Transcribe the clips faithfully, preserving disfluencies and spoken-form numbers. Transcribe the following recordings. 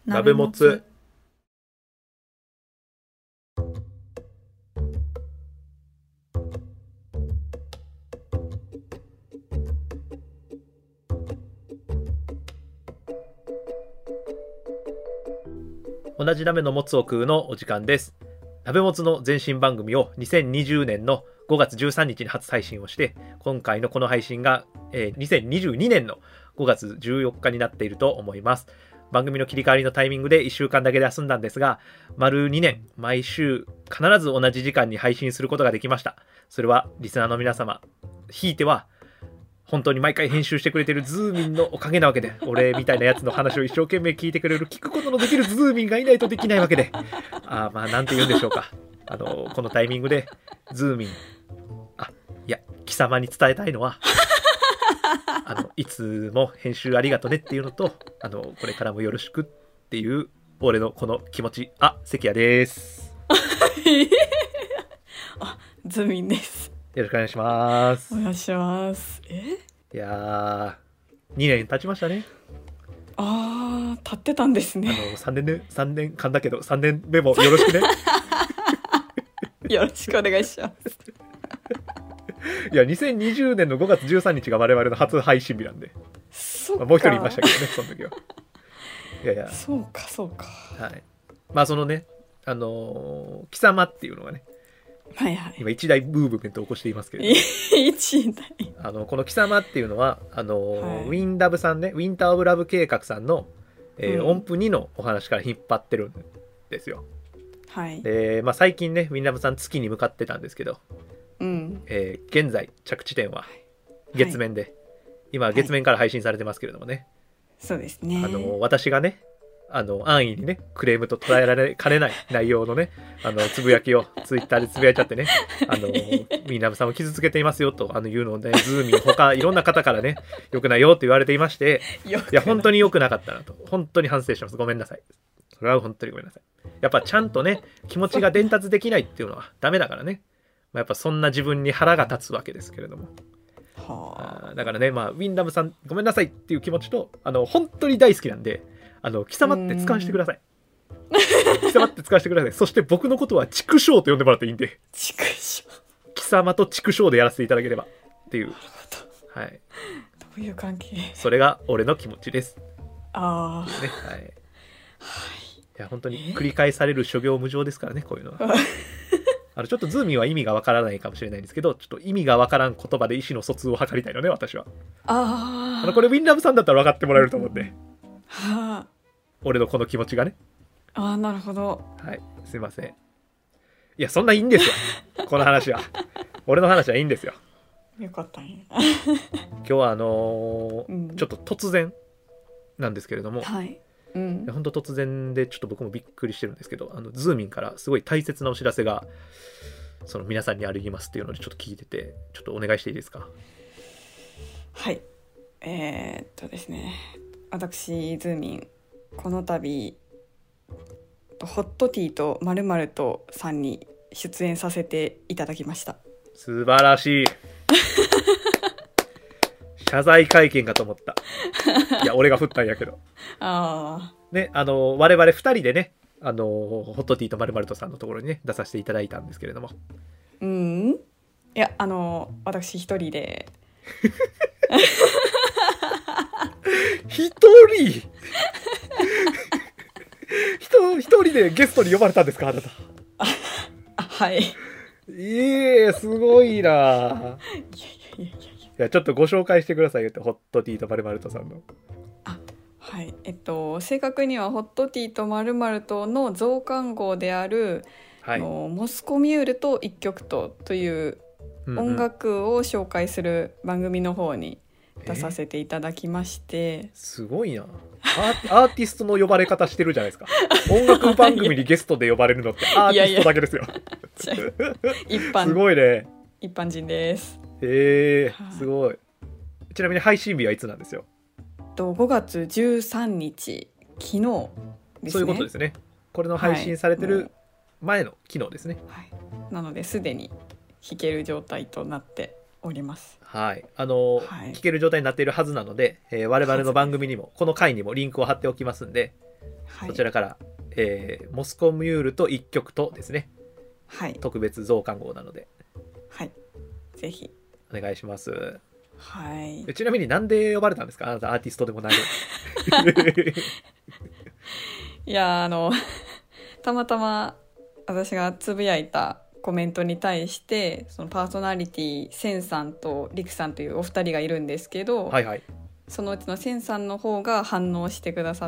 鍋もつ。同じ鍋のもつを食うのお時間です。鍋もつの前身番組をにせんにじゅうねんのごがつじゅうさんにちに初配信をして、今回のこの配信が、えー、にせんにじゅうにねんのごがつじゅうよっかになっていると思います。番組の切り替わりのタイミングでいっしゅうかんだけで休んだんですが、丸にねん毎週必ず同じ時間に配信することができました。それはリスナーの皆様、ひいては本当に毎回編集してくれてるズーミンのおかげなわけで、俺みたいなやつの話を一生懸命聞いてくれる聞くことのできるズーミンがいないとできないわけで、あまあなんて言うんでしょうか、あのこのタイミングでズーミン、あいや貴様に伝えたいのはあのいつも編集ありがとねっていうのと、あのこれからもよろしくっていう俺のこの気持ち。あ、関谷ですあ、ズーミンです。 よろしくお願いします。 お願いします。えいやーにねん経ちましたね。 あー経ってたんですね。 あのさんねんねさんねんかんだけどさんねんめもよろしくねよろしくお願いしますいやにせんにじゅうねんのごがつじゅうさんにちが我々の初配信日なんで、 そっか、 まあ、もう一人いましたけどねその時は。いやいや、 そうかそうか、 はい、まあそのね、あのー、貴様っていうのがね、 はいはい、 今一大ムーブメントを起こしていますけれど一大あのこの貴様っていうのはあのーはい、 ウィンラブさんね、ウィンターオブラブ計画さんの、えーうん、 音符にのお話から引っ張ってるんですよ。 はい、 で、まあ、最近ねウィンラブさん月に向かってたんですけど、 うん、 えー現在着地点は月面で、はい、今月面から配信されてますけれどもね、はい、 そうですね、 あの私がねあの安易にねクレームと捉えられかねない内容のねあのつぶやきをツイッターでつぶやいちゃってね、あのみなぶさんを傷つけていますよとあの言うので、ズーミン他いろんな方からね良くないよって言われていまして、いや本当に良くなかったなと本当に反省します。ごめんなさい。それは本当にごめんなさい。やっぱちゃんとね気持ちが伝達できないっていうのはダメだからね、まあ、やっぱそんな自分に腹が立つわけですけれども、はあ、だからね、まあ、ウィンラブさんごめんなさいっていう気持ちと、あの本当に大好きなんで、あの貴様って使わせてください。貴様って使わせてください。そして僕のことは畜生と呼んでもらっていいんで、 畜生、 貴様と畜生でやらせていただければっていう、はい、 どういう関係、 それが俺の気持ちです。 ああ、 ね、はい、はい、いや本当に繰り返される諸行無常ですからね、こういうのはあのちょっとズーミンは意味がわからないかもしれないんですけど、ちょっと意味がわからん言葉で意思の疎通を図りたいのね、私は。 ああのこれウィンラブさんだったら分かってもらえると思うんで、 はあ、 俺のこの気持ちがね。 ああ、なるほど。 はい、すいません。いやそんないいんですよこの話は。俺の話はいいんですよ。 よかったね今日はあのーうん、ちょっと突然なんですけれども、 はい、うん、 本当突然でちょっと僕もびっくりしてるんですけど、あのズーミンからすごい大切なお知らせがその皆さんにありますっていうのでちょっと聞いてて、ちょっとお願いしていいですか。 はい、えー、っとですね、私ズーミンこの度ホットティーと〇〇とさんに出演させていただきました。 素晴らしい謝罪会見かと思った。いや俺が振ったんやけどあね、あの我々ふたりでね、あのホットティーと〇〇とさんのところにね出させていただいたんですけれども、 うん、いやあの私一人で一人一人でゲストに呼ばれたんですか、あなた。 ああ、はい。 ええー、すごいな。いやいやいやいやいや、ちょっとご紹介してくださいよって、ホットティーと〇〇とさんの。 あ、はい、えっと正確にはホットティーと〇〇との増刊号である、はい、のモスコミュールと一曲とという音楽を紹介する番組の方に出させていただきまして、えー、 すごいな。アーティストの呼ばれ方してるじゃないですか。音楽番組にゲストで呼ばれるのってアーティストだけですよ。 いやいや一般、 すごいね。 一般人です。 へえー、すごい。ちなみに配信日はいつなんですよ。 ごがつじゅうさんにち、昨日ですね。 そういうことですね。これの配信されてる前の昨日ですね。 はい、なのですでに弾ける状態となっております。 はい、あの、はい、聞ける状態になっているはずなので、えー、我々の番組にもこの回にもリンクを貼っておきますんで、 はい、 そちらから、えー、モスコミュールと一曲とですね、 はい、 特別増刊号なので、 はい、ぜひお願いします。 はい、 ちなみになんで呼ばれたんですか、あなたアーティストでもないいやあのたまたま私がつぶやいたコメントに対して、そのパーソナリティセンさんとリクさんというお二人がいるんですけど、 はいはい、 そのうちのセンさんの方が反応してくださって、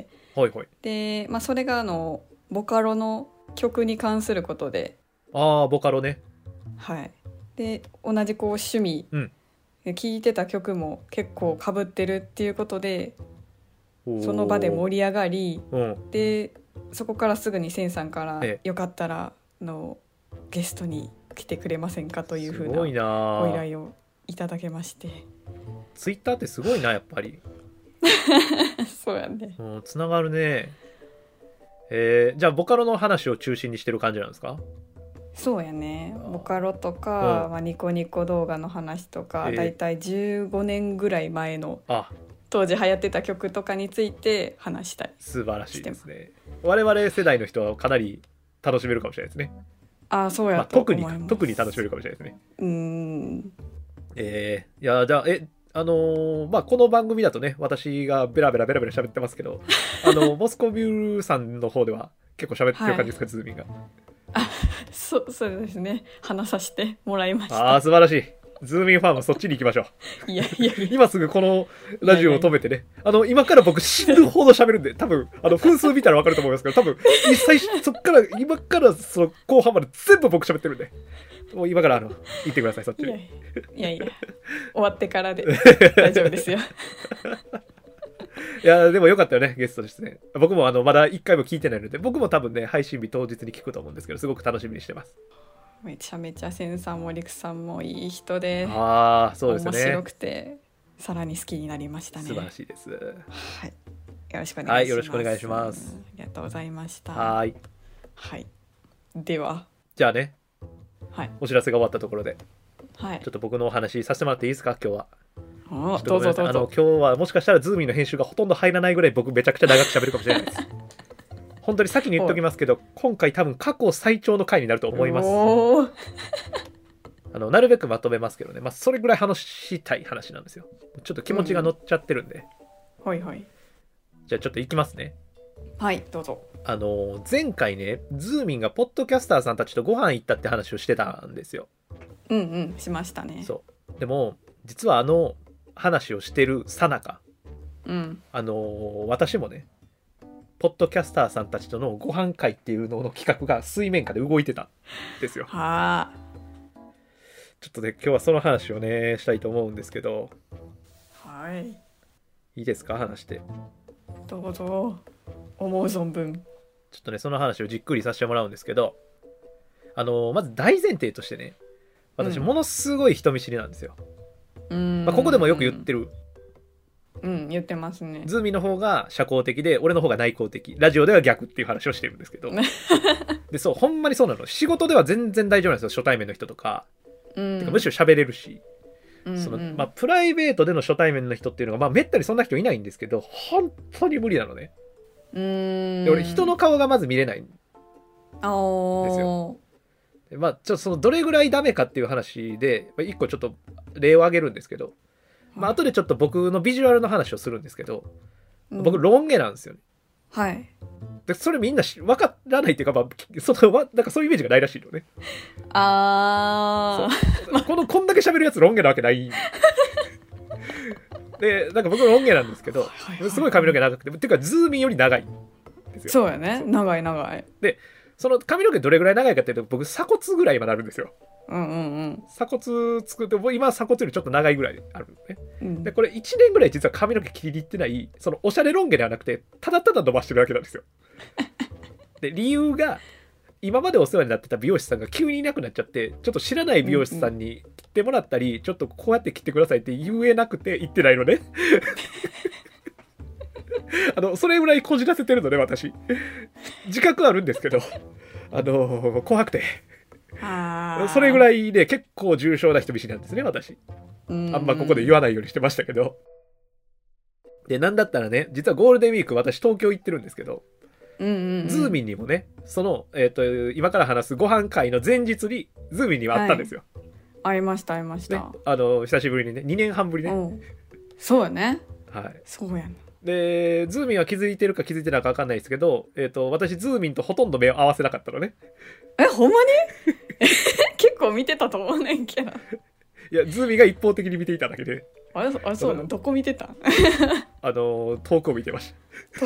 はいはい、 で、まあ、それがあのボカロの曲に関することで、 ああボカロね、 はい、で同じこう趣味、 うん、 聴いてた曲も結構被ってるっていうことで、 そその場で盛り上がり、 うん、 でそこからすぐにセンさんからええ、 よかったらのゲストに来てくれませんかというふうなすごいなご依頼をいただけまして。 ツイッターってすごいなやっぱりそうやね、 うん、つながるね。えー、じゃあボカロの話を中心にしてる感じなんですか？ そうやね、ボカロとか、 うん、 まあ、ニコニコ動画の話とか、 えー、 だいたいじゅうごねんぐらい前のあ当時流行ってた曲とかについて話したり。 素晴らしいですね。我々世代の人はかなり楽しめるかもしれないですね。 あ、そうやまあ、 と思います。 特に特に楽しめるかもしれないですね。 うーん、 えー、いやじゃあえあのー、まあこの番組だとね、私がベラベラベラベラ喋ってますけど、あのモスコビュールさんの方では結構喋ってる感じですか、はい、ズーミンが。 あ、そそうですね、話させてもらいました。 ああ素晴らしい。ズーミンファンはそっちに行きましょう。 いやいやいや、 今すぐこのラジオを止めてね、いやいや、あの今から僕死ぬほど喋るんで、多分あの分数見たら分かると思いますけど、多分一切そっから今からその後半まで全部僕喋ってるんで、もう今からあの言ってください、そっちに。 いやいやいや、終わってからで大丈夫ですよ。 いやでもよかったよね、ゲストですね。僕もあのまだいっかいも聞いてないので、僕も多分ね配信日当日に聞くと思うんですけど、すごく楽しみにしてます。 めちゃめちゃセンさんもリクさんもいい人で、 ああそうですね、 面白くてさらに好きになりましたね。 素晴らしいです。 はい、よろしくお願いします。 はい、よろしくお願いします。 ありがとうございました。 はい、 はい、ではじゃあね、 はい、 お知らせが終わったところで、 はい、 ちょっと僕のお話させてもらっていいですか、今日は。 おどうぞどうぞ。 あの今日はもしかしたらズーミンの編集がほとんど入らないぐらい僕めちゃくちゃ長く喋るかもしれないです。本当に先に言っときますけど、今回多分過去最長の回になると思います。あのなるべくまとめますけどね、まあ、それぐらい話したい話なんですよ。ちょっと気持ちが乗っちゃってるんで、 うん、はいはい。 じゃあちょっといきますね。 はいどうぞ。 あの前回ね、ズーミンがポッドキャスターさんたちとご飯行ったって話をしてたんですよ。 うんうんしましたね。 そうでも実はあの話をしてるさなか、 うん、 あの私もねポッドキャスターさんたちとのご飯会っていうのの企画が水面下で動いてたんですよ。 はあ、 ちょっとね今日はその話をねしたいと思うんですけど、 はい、 いいですか話して。 どうぞ、思う存分。 ちょっとねその話をじっくりさせてもらうんですけど、あのまず大前提としてね、私ものすごい人見知りなんですよ。うん、まあ、ここでもよく言ってる、 うん、言ってますね。 ズーミンの方が社交的で俺の方が内向的、ラジオでは逆っていう話をしてるんですけどでそうほんまにそうなの。仕事では全然大丈夫なんですよ、初対面の人とか、うん、てかむしろ喋れるし、うんうん、そのまあ、プライベートでの初対面の人っていうのが、まあ、めったにそんな人いないんですけど、本当に無理なのね。うーんで俺人の顔がまず見れないんですよ。で、まあ、ちょっとそのどれぐらいダメかっていう話で、まあ、一個ちょっと例を挙げるんですけど、まあ後でちょっと僕のビジュアルの話をするんですけど、うん、僕ロン毛なんですよね。 はい。 でそれみんな分からないっていうか、まあ、そのなんかそういうイメージがないらしいのね。ああ。このこんだけ喋るやつロン毛なわけない。でなんか僕ロン毛なんですけど、はいはいはい、すごい髪の毛長くて、っていうかズーミンより長いんですよ。 そうやね。長い長い。 でその髪の毛どれぐらい長いかっていうと、僕鎖骨ぐらいまであるんですよ。うんうんうん、鎖骨作って今鎖骨よりちょっと長いぐらいあるね、うん、でこれいちねんぐらい実は髪の毛切りに行ってない、そのおしゃれロン毛ではなくてただただ伸ばしてるだけなんですよ。で理由が今までお世話になってた美容師さんが急にいなくなっちゃって、ちょっと知らない美容師さんに切ってもらったり、うんうん、ちょっとこうやって切ってくださいって言えなくて行ってないのね。あのそれぐらいこじらせてるので私自覚あるんですけど、あの怖くてあそれぐらいで結構重症な人見知りなんですね私。あんまここで言わないようにしてましたけど、 でなんだったらね、実はゴールデンウィーク私東京行ってるんですけど、 うんうんうん、 ズーミンにもね、その、えー、と今から話すご飯会の前日にズーミンには会ったんですよ、 はい、会いました会いました、 ね、あの久しぶりにね、にねんはんぶりね、 うん、そうやね、 はい、 そうやな。 でズーミンは気づいてるか気づいてないか分かんないですけど、えー、と私ズーミンとほとんど目を合わせなかったのね。 え、ほんまに結構見てたと思うねんけど。 いや、ズーミンが一方的に見ていただけで。 あれ、あれそうなの、どこ見てたあの遠くを見てました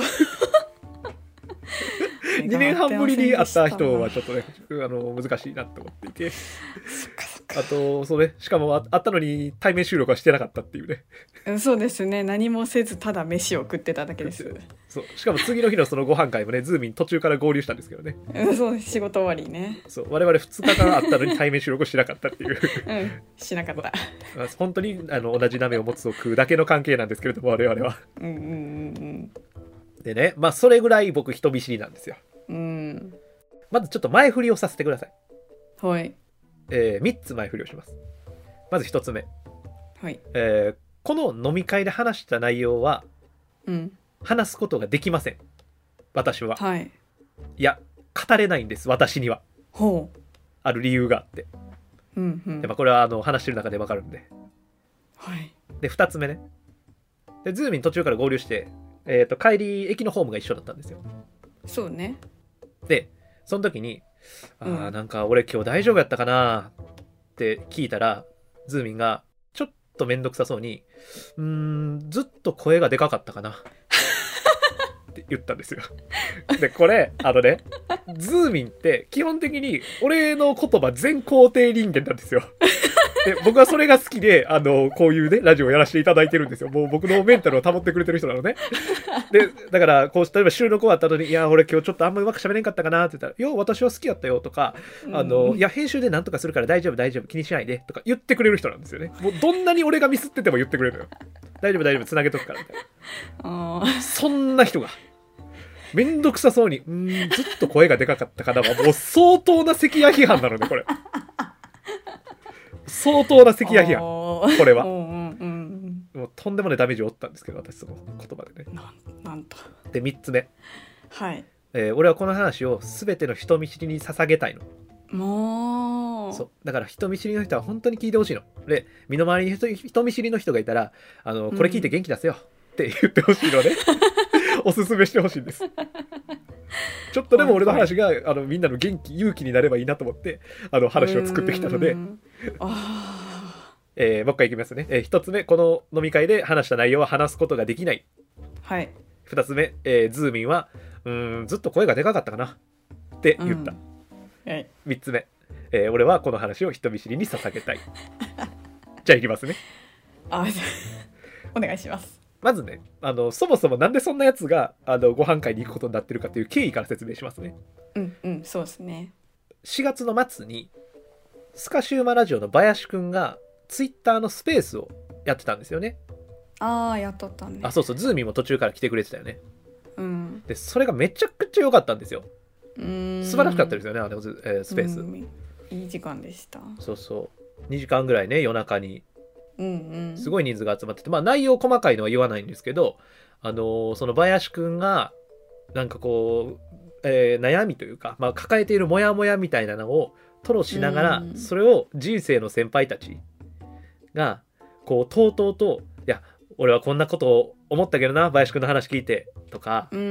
にねんはんぶりに会った人はちょっとね、あの難しいなと思っていて、あとそうね、しかも会ったのに対面収録はしてなかったっていうね。 そうですね、何もせずただ飯を食ってただけです。 そう、しかも次の日のそのご飯会もね、ズーミン途中から合流したんですけどね。 そう、仕事終わりね。 そう、我々ふつかかん会ったのに対面収録をしなかったっていううん、しなかった、 まあ、本当にあの同じ鍋を持つを食うだけの関係なんですけれども、我々は。 うんうんうんうん。 でね、まあそれぐらい僕人見知りなんですよ。 うん、 まずちょっと前振りをさせてください。 はい、 えー、みっつ前振りをします。まずひとつめ、 はい、 えー、この飲み会で話した内容は、 うん、 話すことができません、私は。 はい、 いや、語れないんです、私には。 ほう、 ある理由があって、 うんうん、 で、まあ、これはあの話してる中で分かるんで。 はい、 でふたつめね、でズーミン途中から合流して、えー、と帰り駅のホームが一緒だったんですよ。 そうね。 でその時に、 うん、 あーなんか俺今日大丈夫やったかなって聞いたら、ズーミンがちょっとめんどくさそうに、うーんずっと声がでかかったかなって言ったんですよ。でこれあのね、ズーミンって基本的に俺の言葉全肯定人間なんですよ。で僕はそれが好きで、あのこういうねラジオをやらせていただいてるんですよ。もう僕のメンタルを保ってくれてる人なのね。でだからこう、例えば収録終わった後に、いや俺今日ちょっとあんまうまく喋れんかったかなって言ったら、いや私は好きやったよとか、あの、うん、いや編集でなんとかするから大丈夫大丈夫気にしないでとか言ってくれる人なんですよね。もうどんなに俺がミスってても言ってくれるのよ。大丈夫大丈夫つなげとくからみたいな。そんな人がめんどくさそうに、うーんずっと声がでかかったかなはもう相当な関谷批判なのねこれ。相当な関谷批判これは。うんうんうん、もうとんでもないダメージを負ったんですけど、私その言葉でね。 な ん, なんとでみっつめ、 はい、 えー、俺はこの話を全ての人見知りに捧げたいの。 もうそうだから人見知りの人は本当に聞いてほしいので、身の回りに 人, 人見知りの人がいたら、あのこれ聞いて元気出せよって言ってほしいので、うん、おすすめしてほしいんです。ちょっとでも俺の話があのみんなの元気勇気になればいいなと思ってあの話を作ってきたので、あ、えー、もう一回いきますね。えー、ひとつめ、この飲み会で話した内容は話すことができない。 はい。 ふたつめ、えー、ズーミンはうーんずっと声がでかかったかなって言った、うん、はい、みっつめ、えー、俺はこの話を人見知りに捧げたい。じゃあいきますね。 あお願いします。 まずね、あのそもそもなんでそんなやつがあのご飯会に行くことになってるかという経緯から説明しますね。 うんうん、そうですね。 しがつの末にスカシウマラジオの林くんがツイッターのスペースをやってたんですよね。 ああ、やっとったね。 あ、そうそう、ズーミンも途中から来てくれてたよね。 うん。 でそれがめちゃくちゃ良かったんですよ。 うーん、 素晴らしかったですよね、あの、えー、スペース、うん。 いい時間でした。 そうそう、にじかんぐらいね、夜中に。 うんうん、 すごい人数が集まってて、まあ内容細かいのは言わないんですけど、あのー、その林くんがなんかこう、えー、悩みというか、まあ、抱えているモヤモヤみたいなのを吐露しながら、それを人生の先輩たちがこうとうとうと、いや俺はこんなことを思ったけどな林くんの話聞いてとか、 うん、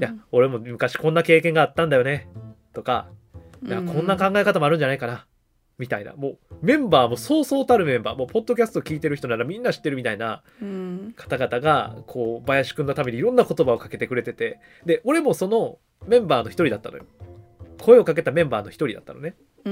いや俺も昔こんな経験があったんだよねとか、いやこんな考え方もあるんじゃないかなみたいな、もうメンバーもそうそうたるメンバー、もうポッドキャスト聞いてる人ならみんな知ってるみたいな方々がこう林くんのためにいろんな言葉をかけてくれてて、で俺もそのメンバーの一人だったのよ。声をかけたメンバーの一人だったのね。 うんうん、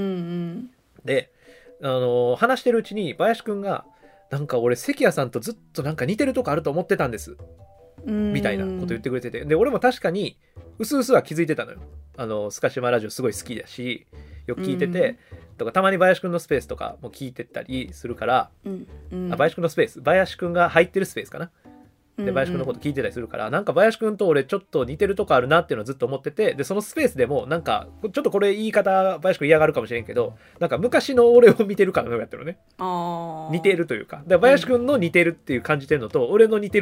で、あのー、話してるうちに林くんがなんか俺関谷さんとずっとなんか似てるとこあると思ってたんですみたいなこと言ってくれてて、で俺も確かにうすうすは気づいてたのよ。あのスカシマラジオすごい好きだしよく聞いてて、とかたまに林くんのスペースとかも聞いてたりするから、うんうん、あ林くんのスペース林くんが入ってるスペースかな、で林くんのこと聞いてたりするから、うんうん、なんか林くんと俺ちょっと似てるとこあるなっていうのをずっと思ってて、でそのスペースでもなんかちょっとこれ言い方林くん嫌がるかもしれんけど、なんか昔の俺を見てるからやってるのね。 あ似てるというか、で林くんの似てるっていう感じてるのと、うん、俺の似てるっ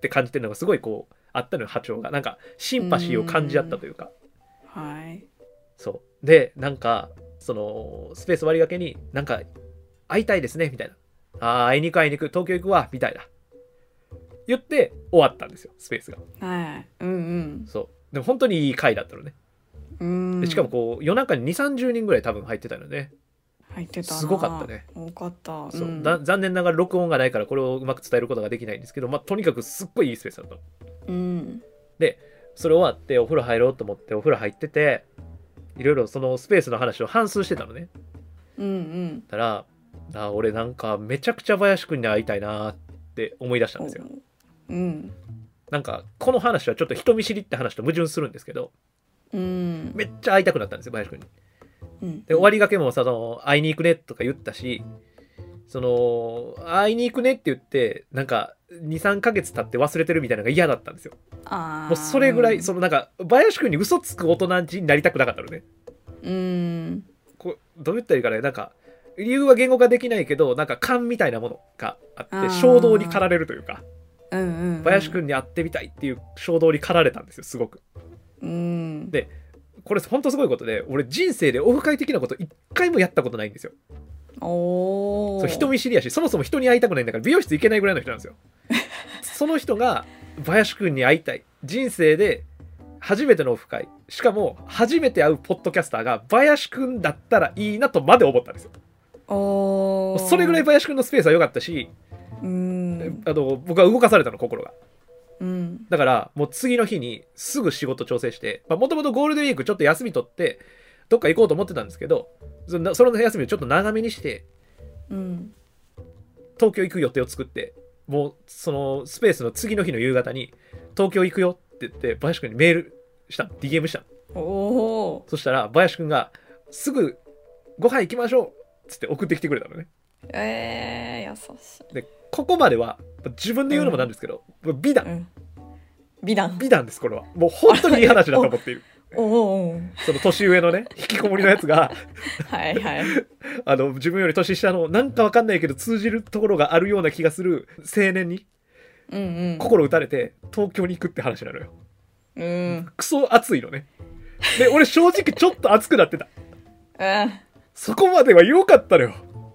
って感じてるのがすごいこうあったのよ、波長が。なんかシンパシーを感じ合ったというか。 はいそうで、なんかそのスペース割り掛けになんか会いたいですねみたいな、あ会いに行く会いに行く東京行くわみたいな言って終わったんですよ、スペースが。 はいうんうんそうでも本当にいい回だったのね。 うんでしかもこう夜中ににじゅうさんじゅうにんぐらい多分入ってたのね。 入ってたな。 すごかったね。 多かった、 そう、 うん、 だ残念ながら録音がないからこれをうまく伝えることができないんですけど、まあ、とにかくすっごいいいスペースだった。 うんでそれ終わってお風呂入ろうと思ってお風呂入ってて、いろいろそのスペースの話を反芻してたのね。 うんうんだからあ俺なんかめちゃくちゃ林くんに会いたいなって思い出したんですよ。 うんなんかこの話はちょっと人見知りって話と矛盾するんですけど、 うんめっちゃ会いたくなったんですよ林くんに。 うんで終わりがけもその会いに行くねとか言ったし、その会いに行くねって言ってなんか にさんかげつ経って忘れてるみたいなのが嫌だったんですよ。 あもうそれぐらいそのなんか林くんに嘘つく大人になりたくなかったのね。 うんこうどう言ったらいいかね、なんか理由は言語化できないけどなんか勘みたいなものがあって衝動に駆られるというか、 うんうんうん、 林くんに会ってみたいっていう衝動に駆られたんですよ、すごく。 うんでこれ本当すごいことで、俺人生でオフ会的なこと一回もやったことないんですよ。 おそう人見知りやし、そもそも人に会いたくないんだから美容室行けないぐらいの人なんですよ。その人が林くんに会いたい、人生で初めてのオフ会、しかも初めて会うポッドキャスターが林くんだったらいいなとまで思ったんですよ。 おそれぐらい林くんのスペースは良かったし、 うんあの僕は動かされたの、心が。 うん、 だからもう次の日にすぐ仕事調整して、もともとゴールデンウィークちょっと休み取ってどっか行こうと思ってたんですけど、そのその休みをちょっと長めにしてうん東京行く予定を作って、もうそのスペースの次の日の夕方に東京行くよって言って林くんにメールした ディーエム した。 おおそしたら林くんがすぐご飯行きましょうっつって送ってきてくれたのね。 えー、優しい。 でここまでは自分で言うのもなんですけど、うん、美談、うん、 美談美談です。これはもう本当にいい話だと思っている。 おおその年上のね引きこもりのやつがはいはいあの自分より年下のなんかわかんないけど通じるところがあるような気がする青年に心打たれて東京に行くって話なのよ。 うん、 クソ熱いのね。で俺正直ちょっと熱くなってた。 うん、 そこまでは良かったのよ。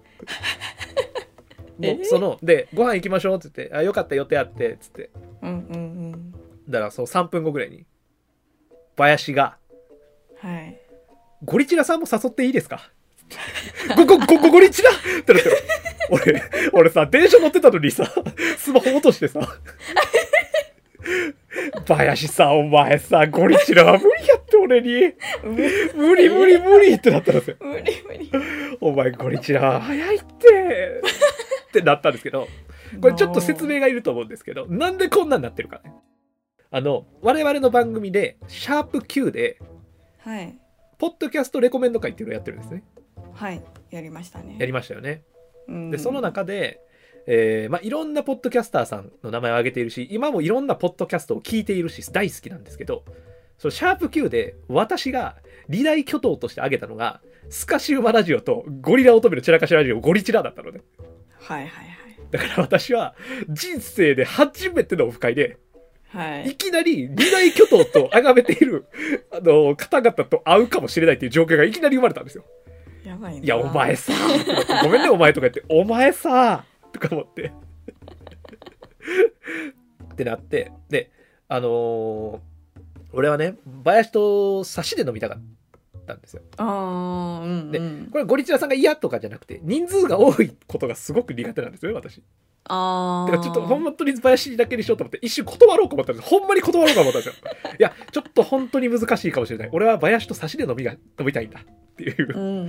もえうそのでご飯行きましょうって言って、あよかった予定あってっつって、 うんうんうんだからそのさんぷんごぐらいに林が、 はい、 ゴリチラさんも誘っていいですかゴゴゴゴゴリチラってなって俺俺さ電車乗ってたのにさスマホ落としてさ林さんお前さゴリチラは無理やって俺に無理無理無理ってなったんですよ。 無理無理お前ゴリチラは早いってってなったんですけど、これちょっと説明がいると思うんですけど、なんでこんなになってるかね。あの我々の番組でシャープ キュー で、 はい、 ポッドキャストレコメンド会っていうのをやってるんですね。 はいやりましたね。 やりましたよね。 うん、 でその中で、えーまあ、いろんなポッドキャスターさんの名前を挙げているし、今もいろんなポッドキャストを聞いているし大好きなんですけど、そのシャープ キュー で私が二大巨頭として挙げたのがスカシウマラジオとゴリラ乙女の散らかしラジオゴリチラだったのね。 はいはいはい。 だから私は人生で初めてのオフ会で、 はい、 いきなり二大巨頭と崇めているあの方々と会うかもしれないっていう状況がいきなり生まれたんですよ。 やばいな。 いやお前さごめんねお前とか言ってお前さとか思ってってなって、であのー、俺はね林と差しで飲みたかったんですよ。 あー、うんうん、 でこれゴリチラさんが嫌とかじゃなくて人数が多いことがすごく苦手なんですよ私。 あだからちょっと本当に林だけにしようと思って一瞬断ろうと思ったんです。ほんまに断ろうと思ったんですよ。いやちょっと本当に難しいかもしれない、俺は林と差しで飲みが飲みたいんだっていう、 うんうんうん、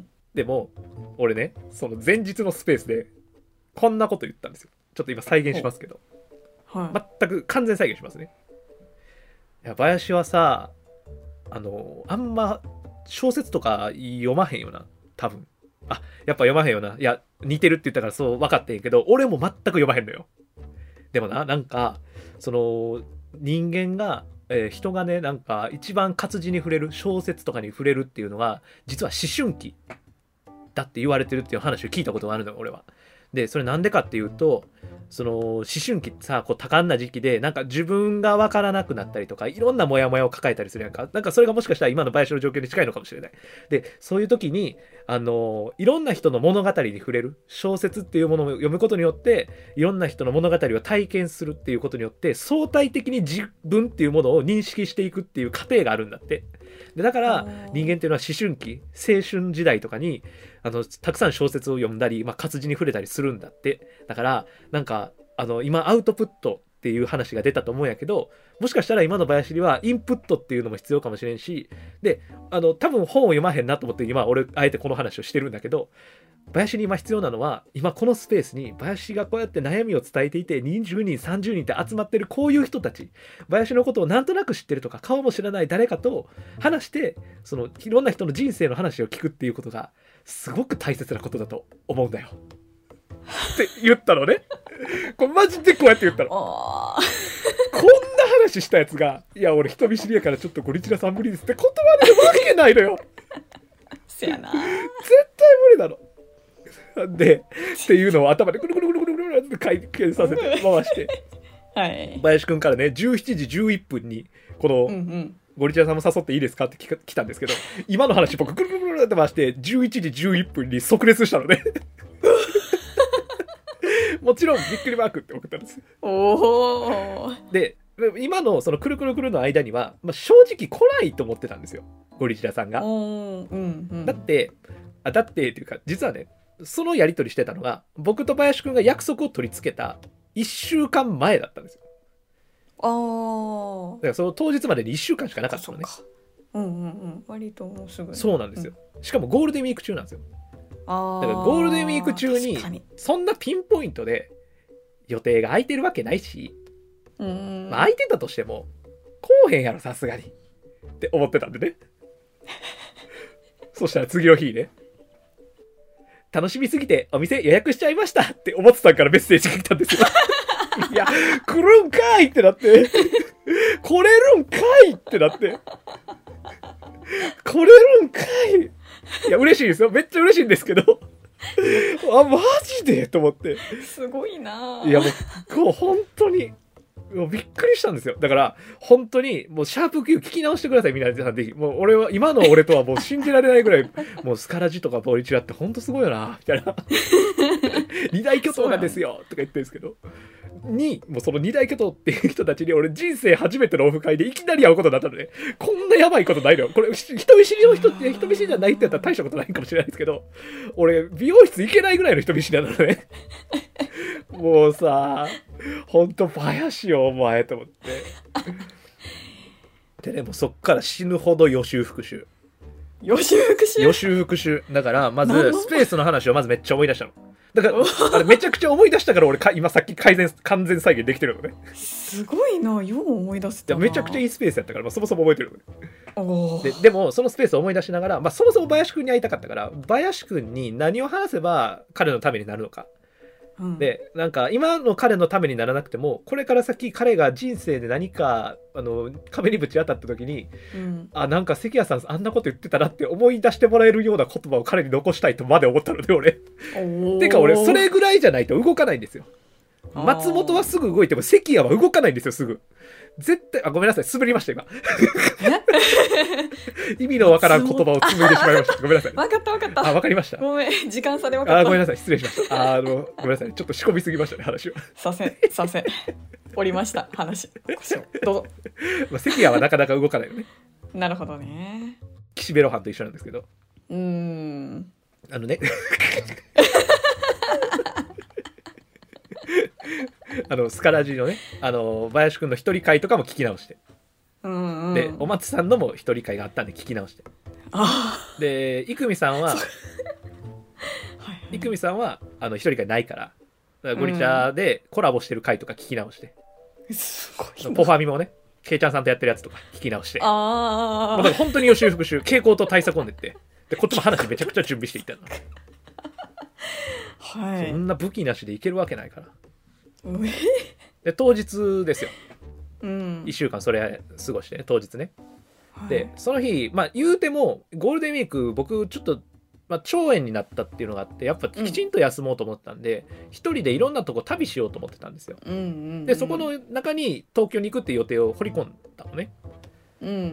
でも俺ねその前日のスペースでこんなこと言ったんですよ。ちょっと今再現しますけど、 はい、 全く完全再現しますね。いや林はさあのあんま小説とか読まへんよな多分。あやっぱ読まへんよな。いや似てるって言ったからそう分かってんけど俺も全く読まへんのよ。でもななんかその人間が、えー、人がねなんか一番活字に触れる小説とかに触れるっていうのが実は思春期だって言われてるっていう話を聞いたことがあるのよ俺は。でそれなんでかっていうとその思春期さ、こう多感な時期でなんか自分が分からなくなったりとか、いろんなモヤモヤを抱えたりするやんか。なんかそれがもしかしたら今の林の状況に近いのかもしれない。でそういう時にあのいろんな人の物語に触れる、小説っていうものを読むことによっていろんな人の物語を体験するっていうことによって相対的に自分っていうものを認識していくっていう過程があるんだって。でだから人間っていうのは思春期、青春時代とかにあのたくさん小説を読んだり、まあ、活字に触れたりするんだって。だからなんかあの今アウトプットっていう話が出たと思うんやけど、もしかしたら今の林にはインプットっていうのも必要かもしれんし、であの多分本を読まへんなと思って今俺あえてこの話をしてるんだけど、林に今必要なのは、今このスペースに林がこうやって悩みを伝えていてにじゅうにんさんじゅうにんって集まってるこういう人たち、林のことをなんとなく知ってるとか顔も知らない誰かと話して、そのいろんな人の人生の話を聞くっていうことがすごく大切なことだと思うんだよって言ったのね。これマジでこうやって言ったの。こんな話したやつが、いや俺人見知りやからちょっとゴリチラさん無理ですって言葉でわけないのよ。 せやな。絶対無理なの。でっていうのを頭でぐるぐるぐるぐるぐるって回転させて回して、はい、林くんからねじゅうしちじじゅういっぷんにこの、うんうん、ゴリチラさんも誘っていいですかって来たんですけど、今の話僕ぐるぐるぐるって回してじゅういちじじゅういっぷんに即レスしたのね。もちろんびっくりマークって送ったんです。おー。で今のそのくるくるくるの間には、まあ、正直来ないと思ってたんですよ、ゴリチラさんが。うんうん、だってあだってっていうか実はね、そのやり取りしてたのが僕と林くんが約束を取り付けたいっしゅうかんまえだったんですよ。ああ。だからその当日までにいっしゅうかんしかなかったのね。 うんうんうん。割ともうすぐ、ね。 そうなんですよ、うん。しかもゴールデンウィーク中なんですよ。ああ。だからゴールデンウィーク中にそんなピンポイントで予定が空いてるわけないし、うん、まあ、空いてたとしてもこうへんやろさすがにって思ってたんでね。そしたら次の日ね、楽しみすぎてお店予約しちゃいましたって思ってたからメッセージが来たんですよ。いや来るんかいってなって、来れるんかいってなって、来れるんかい。いや嬉しいですよ、めっちゃ嬉しいんですけど、あマジでと思って、 すごいな。 いやもうこう本当にもうびっくりしたんですよ。だから本当にもうシャープ Q 聞き直してくださいみんなで。もう俺は今の俺とはもう信じられないぐらいもうスカラジとかボリチラって本当すごいよなみたいな。二大巨頭なんですよとか言ってるんですけど、にもうその二大巨頭っていう人たちに俺人生初めてのオフ会でいきなり会うことになったので、こんなやばいことないのよ。これ人見知りの人って人見知りじゃないってやったら大したことないかもしれないですけど、俺美容室行けないぐらいの人見知りなのね。もうさほんと林よお前と思って。でね、もうそっから死ぬほど予習復習予習復習予習復習だから、まずスペースの話をまずめっちゃ思い出したの。だからあれめちゃくちゃ思い出したから俺か今さっき改善完全再現できてるのね。 すごいな、よう思い出せたな。 めちゃくちゃいいスペースやったから、まあ、そもそも覚えてるのね。で, でもそのスペースを思い出しながら、まあ、そもそも林くんに会いたかったから、林くんに何を話せば彼のためになるのか、うん、でなんか今の彼のためにならなくてもこれから先彼が人生で何かあの壁にぶち当たった時に、うん、あなんか関谷さんあんなこと言ってたなって思い出してもらえるような言葉を彼に残したいとまで思ったので俺てか俺それぐらいじゃないと動かないんですよ。松本はすぐ動いても関谷は動かないんですよすぐ。絶対あごめんなさい滑りました今。意味のわからん言葉を紡いでしまいました。ごめんなさい。 分かった分かった。 あ分かりました。 ごめん時間差で分かった。 あごめんなさい失礼しました。ああのごめんなさいちょっと仕込みすぎましたね話を。 させさせおりました話。どうぞ。 まあ関谷はなかなか動かないよね。 なるほどね。 岸辺露伴と一緒なんですけど。 うーんあのね。あのスカラジのねあの林くんの一人会とかも聞き直して、うんうん、でお松さんのも一人会があったんで聞き直して、あで生見さんは生見さんはあの一人会ないから、だからゴリチャでコラボしてる会とか聞き直して、うん、すごいポファミもねケイちゃんさんとやってるやつとか聞き直して、あだから本当に予習復習傾向と対策を練ってでこっちも話めちゃくちゃ準備していったの。はい、そんな武器なしでいけるわけないから。で当日ですよ、うん、いっしゅうかんそれ過ごして、ね、当日ね、はい、でその日まあ言うてもゴールデンウィーク僕ちょっとまあ、腸炎になったっていうのがあって、やっぱきちんと休もうと思ったんで、うん、一人でいろんなとこ旅しようと思ってたんですよ、うんうんうん、でそこの中に東京に行くっていう予定を掘り込んだのね、うんうん、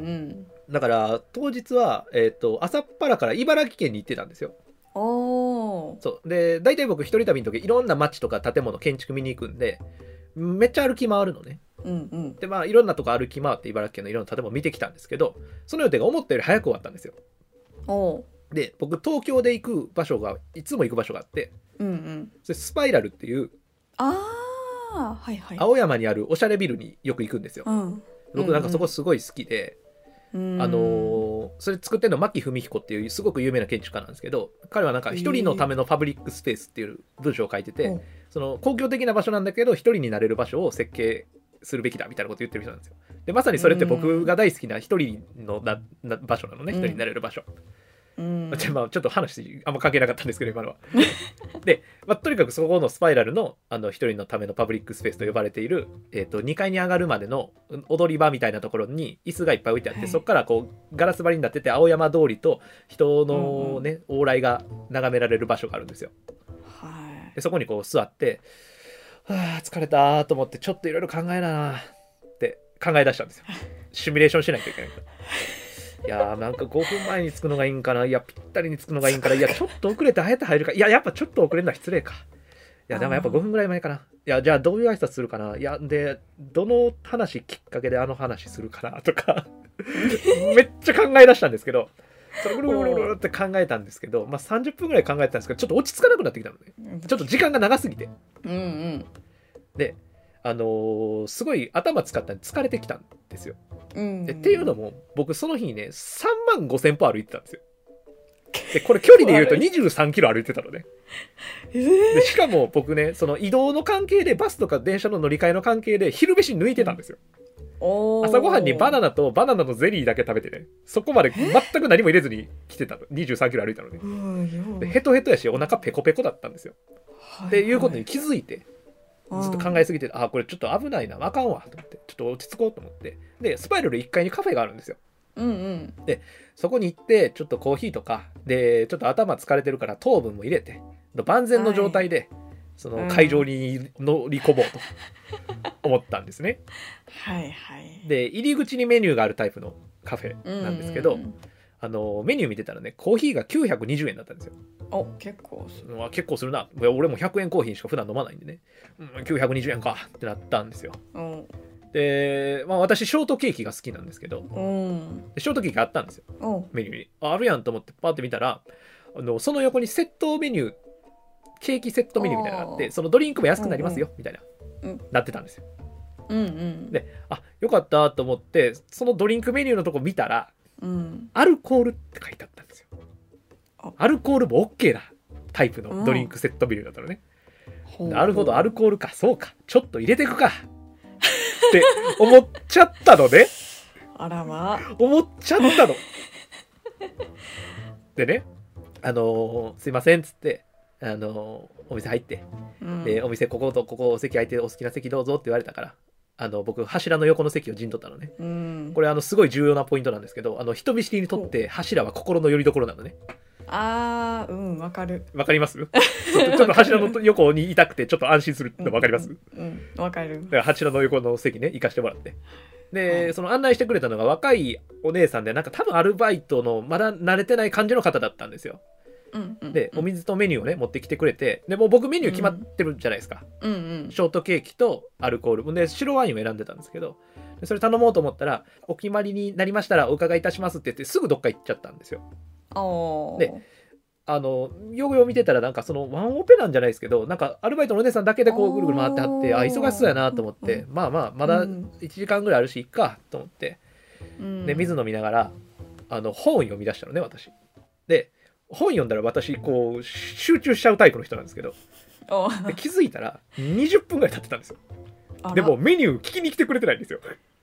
だから当日は、えーと、朝っぱらから茨城県に行ってたんですよ。おそうで大体僕一人旅の時いろんな街とか建物建築見に行くんでめっちゃ歩き回るのね、うんうん、でまあいろんなとこ歩き回って茨城県のいろんな建物見てきたんですけど、その予定が思ったより早く終わったんですよ。おで僕東京で行く場所がいつも行く場所があって、うんうん、それスパイラルっていうあ、はいはい、青山にあるおしゃれビルによく行くんですよ、うん、僕なんかそこすごい好きで、うんうん、あのー、それ作ってるの牧文彦っていうすごく有名な建築家なんですけど、彼はなんか一人のためのパブリックスペースっていう文章を書いてて、えー、その公共的な場所なんだけど一人になれる場所を設計するべきだみたいなこと言ってる人なんですよ。でまさにそれって僕が大好きな一人のなな場所なのね、一人になれる場所、うん、まあちょっと話あんま関係なかったんですけど今のはで、まあ、とにかくそこのスパイラルのあの一人のためのパブリックスペースと呼ばれている、えーと、にかいに上がるまでの踊り場みたいなところに椅子がいっぱい置いてあって、はい、そこからこうガラス張りになってて青山通りと人のね、うんうん、往来が眺められる場所があるんですよ、はい、でそこにこう座ってはあ疲れたと思ってちょっといろいろ考えなって考え出したんですよ。シミュレーションしないといけないからいやーなんかごふんまえに着くのがいいんかな、いやぴったりに着くのがいいんかな、いやちょっと遅れてあえて入るか、いややっぱちょっと遅れるのは失礼か、いやでもやっぱごふんぐらい前かな、いやじゃあどういう挨拶するかな、いやでどの話きっかけであの話するかなとかめっちゃ考え出したんですけど、それぐるぐるぐるぐるって考えたんですけど、まあ、さんじゅっぷんぐらい考えてたんですけどちょっと落ち着かなくなってきたのね、ちょっと時間が長すぎて、うんうん、であのー、すごい頭使ったんで疲れてきたんですよ、うん、でっていうのも僕その日ねさんまんごせん歩歩いてたんですよ。でこれ距離で言うとにじゅうさんキロ歩いてたのねでしかも僕ねその移動の関係でバスとか電車の乗り換えの関係で昼飯抜いてたんですよ、うん、朝ごはんにバナナとバナナのゼリーだけ食べてねそこまで全く何も入れずに来てたの、にじゅうさんキロ歩いたのね。でヘトヘトやしお腹ペコペコだったんですよ、はいはい、っていうことに気づいてずっと考えすぎて、あこれちょっと危ないなあかんわと思ってちょっと落ち着こうと思って、でスパイラルいっかいにカフェがあるんですよ、うんうん、でそこに行ってちょっとコーヒーとかでちょっと頭疲れてるから糖分も入れて万全の状態で、はい、その会場に乗り込もうと思ったんですね、うん、はいはいで入り口にメニューがあるタイプのカフェなんですけど、うんうん、あのメニュー見てたらねコーヒーがきゅうひゃくにじゅうえんだったんですよ。 お結構する、 結構するな、俺もひゃくえんコーヒーしか普段飲まないんでね、うん、きゅうひゃくにじゅうえんかってなったんですよ、うん、で、まあ、私ショートケーキが好きなんですけど、うん、ショートケーキあったんですよ、うん、メニューに あ, あるやんと思ってパーって見たらあのその横にセットメニューケーキセットメニューみたいなのがあってそのドリンクも安くなりますよ、うんうん、みたいな、うん、なってたんですよ、うんうん、であよかったと思ってそのドリンクメニューのとこ見たら、うん、アルコールって書いてあったんですよ。アルコールも OK なタイプのドリンクセットメニューだったのね、うん、なるほどアルコールかそうかちょっと入れていくかって思っちゃったのねあらまあ思っちゃったのでねあのー、すいませんっつってあのー、お店入って、うん、でお店こことここお席空いてお好きな席どうぞって言われたからあの僕柱の横の席を陣取ったのね、うん、これあのすごい重要なポイントなんですけどあの人見知りにとって柱は心の拠り所なのね。 あーうんわかるわかりますちょっとちょっと柱の横にいたくてちょっと安心するのわかりますうんわ、うん、かる。 だから柱の横の席ね行かしてもらってで、はい、その案内してくれたのが若いお姉さんでなんか多分アルバイトのまだ慣れてない感じの方だったんですよ、うんうん、でお水とメニューをね持ってきてくれてでもう僕メニュー決まってるじゃないですか、うんうんうん、ショートケーキとアルコールで白ワインを選んでたんですけどそれ頼もうと思ったらお決まりになりましたらお伺いいたしますって言ってすぐどっか行っちゃったんですよ。であのよくよ見てたらなんかそのワンオペなんじゃないですけどなんかアルバイトのお姉さんだけでこうぐるぐる回ってはってあ忙しそうやなと思って、うん、まあまあまだいちじかんぐらいあるしいっかと思って、うん、で水飲みながらあの本読み出したのね私で本読んだら私こう集中しちゃうタイプの人なんですけどで気づいたらにじゅっぷんぐらい経ってたんですよ。でもメニュー聞きに来てくれてないんですよ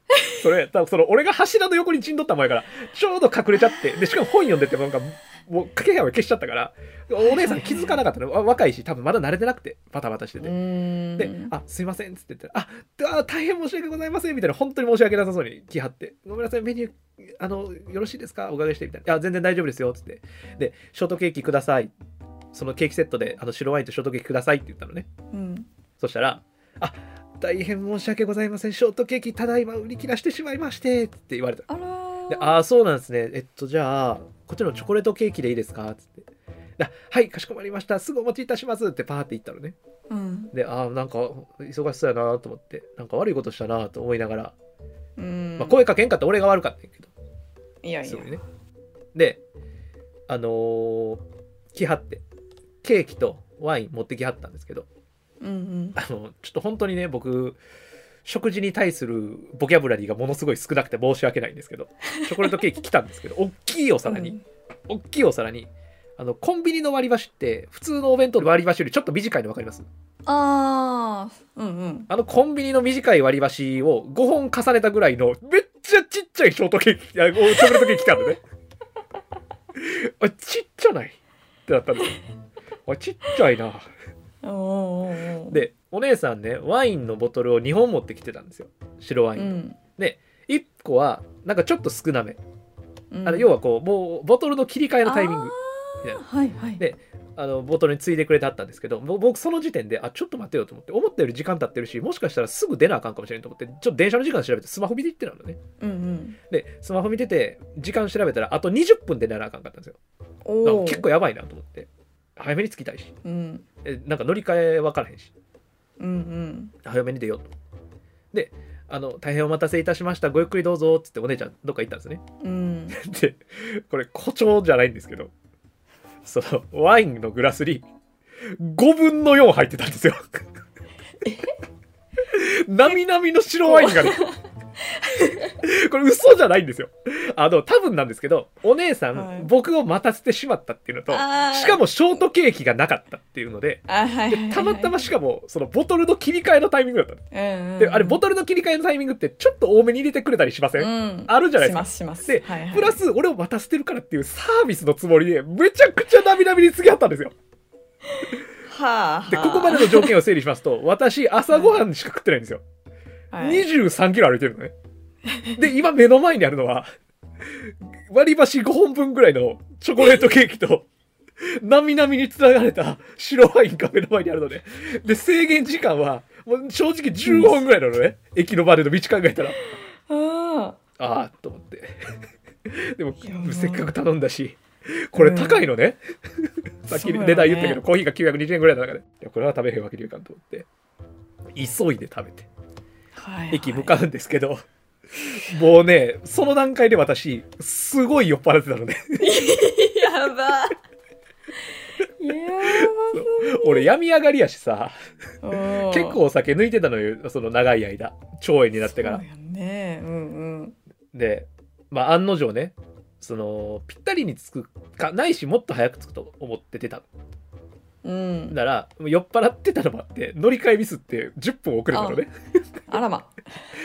それ多分その俺が柱の横に陣取った前からちょうど隠れちゃって、でしかも本読んでてもなんかもう掛け声消しちゃったから、お姉さん気づかなかったの。若いし多分まだ慣れてなくてバタバタしてて、で、あ、すいませんっつって言ったら、あ、あ大変申し訳ございませんみたいな、本当に申し訳なさそうに気張って、ごめんなさいメニューあのよろしいですかおかげしてみたいな、いや全然大丈夫ですよっつって、でショートケーキください、そのケーキセットであの白ワインとショートケーキくださいって言ったのね、うん、そしたら、あ、大変申し訳ございません、ショートケーキただいま売り切らしてしまいましてって言われた。あらで、ああそうなんですね、えっとじゃあこっちのチョコレートケーキでいいですかっつって、はい、かしこまりました、すぐお持ちいたしますってパーって言ったのね、うん、で、ああなんか忙しそうやなと思って、なんか悪いことしたなと思いながら、うん、まあ、声かけんかった俺が悪かったんやけど、いやいや、ね、であのー、来はってケーキとワイン持ってきはったんですけど、うんうん、あのちょっと本当にね僕食事に対するボキャブラリーがものすごい少なくて申し訳ないんですけど、チョコレートケーキ来たんですけど大きいお皿に、うん、大きいお皿にあのコンビニの割り箸って普通のお弁当の割り箸よりちょっと短いの分かります？あー、うんうん、あのコンビニの短い割り箸をごほん重ねたぐらいのめっちゃちっちゃいショートケーキ、チョコレートケーキ来たのねあ、ちっちゃないってなったんですよ。あ、ちっちゃいな。でお姉さんねワインのボトルをにほん持ってきてたんですよ、白ワイン、うん、でいっこはなんかちょっと少なめ、うん、あの要はこうもうボトルの切り替えのタイミングみたいな、はいはい、であのボトルについでくれてあったんですけど、僕その時点であちょっと待ってよと思って、思ったより時間経ってるしもしかしたらすぐ出なあかんかもしれんと思ってちょっと電車の時間調べてスマホ見ていってたのね、うんうん、でスマホ見てて時間調べたらあとにじゅっぷんで出なあかんかったんですよ。結構やばいなと思って早めに着きたいし、うん、えなんか乗り換え分からへんし、うんうん、早めに出ようと。であの大変お待たせいたしました、ごゆっくりどうぞっつってお姉ちゃんどっか行ったんですね、うん、でこれ誇張じゃないんですけど、そのワインのグラスにごぶんのよん入ってたんですよなみなみの白ワインがねこれ嘘じゃないんですよ。あの多分なんですけどお姉さん、はい、僕を待たせてしまったっていうのと、しかもショートケーキがなかったっていうので、はいはいはいはい、でたまたましかもそのボトルの切り替えのタイミングだったの、うんうん、であれボトルの切り替えのタイミングってちょっと多めに入れてくれたりしません、うん、あるじゃないですか。しますします。で、はいはい、プラス俺を待たせてるからっていうサービスのつもりでめちゃくちゃなみなみに次あったんですよはあ、でここまでの条件を整理しますと私朝ごはんしか食ってないんですよ、はい、にじゅうさんキロ歩いてるのねで今目の前にあるのは割り箸ごほんぶんぐらいのチョコレートケーキとなみなみにつながれた白ワインが目の前にあるので、で制限時間はもう正直じゅうごふんぐらいなのね、うん、駅の場での道考えたらああと思ってでもせっかく頼んだしこれ高いのね、うん、さっき値段言ったけど、ね、コーヒーがきゅうひゃくにじゅうえんぐらいの中で、いやこれは食べへんわけにはいかんと思って急いで食べて、はいはい、駅向かうんですけどもうねその段階で私すごい酔っ払ってたのねやばいや俺病み上がりやしさ結構お酒抜いてたのよ、その長い間腸炎になってから。そうやね、うんうん、でまあ案の定ねそのぴったりにつくかないしもっと早くつくと思って出たの、うん、だから酔っ払ってたのもあって乗り換えミスってじゅっぷん遅れたのね。 あ, あらま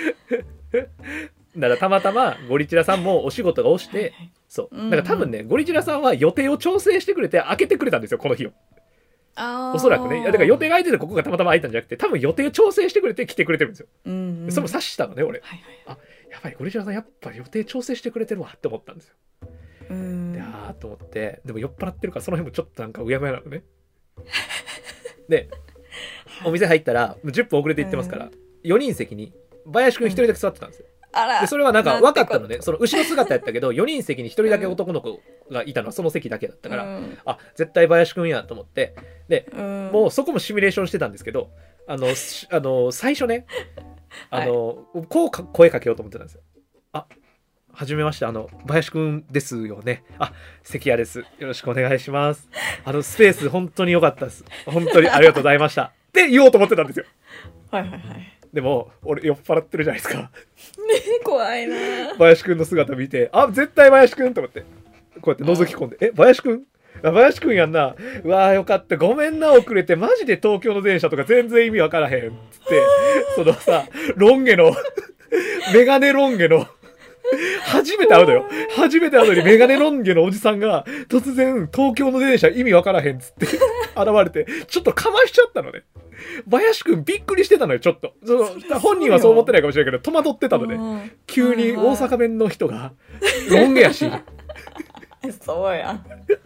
だからたまたまゴリチラさんもお仕事が押してそうだから多分ねゴリチラさんは予定を調整してくれて開けてくれたんですよこの日を。あおそらくね、いやだから予定が空いててここがたまたま空いたんじゃなくて多分予定を調整してくれて来てくれてるんですよ、うんうん、それも察したのね俺、はいはい、あやばいゴリチラさんやっぱ予定調整してくれてるわって思ったんですよ。うんであーと思ってでも酔っ払ってるからその辺もちょっとなんかうやむやなのねでお店入ったらじゅっぷん遅れて行ってますから、うん、よにん席に林くんひとりだけ座ってたんですよ、うん、あらでそれはなんか分かったのね、その後ろ姿やったけどよにん席にひとりだけ男の子がいたのはその席だけだったから、うん、あ絶対林くんやと思ってで、うん、もうそこもシミュレーションしてたんですけどあのあの最初ねあの、はい、こうか声かけようと思ってたんですよ。あはじめましてあの林くんですよね。あ関谷です、よろしくお願いします。あのスペース本当に良かったです、本当にありがとうございましたって言おうと思ってたんですよ。はいはいはい。でも俺酔っ払ってるじゃないですかね怖いな。林くんの姿見てあ絶対林くんと思ってこうやって覗き込んでえ林くんあ林くんやんな、うわーよかったごめんな遅れてマジで東京の電車とか全然意味わからへんっつってそのさロン毛のメガネロン毛の初めて会うのよ。初めて会うのにメガネロン毛のおじさんが突然東京の電車意味わからへんっつって現れてちょっとかましちゃったのね。林くんびっくりしてたのよ。ちょっとそのそ本人はそう思ってないかもしれないけど戸惑ってたのね。急に大阪弁の人がロン毛やしそうや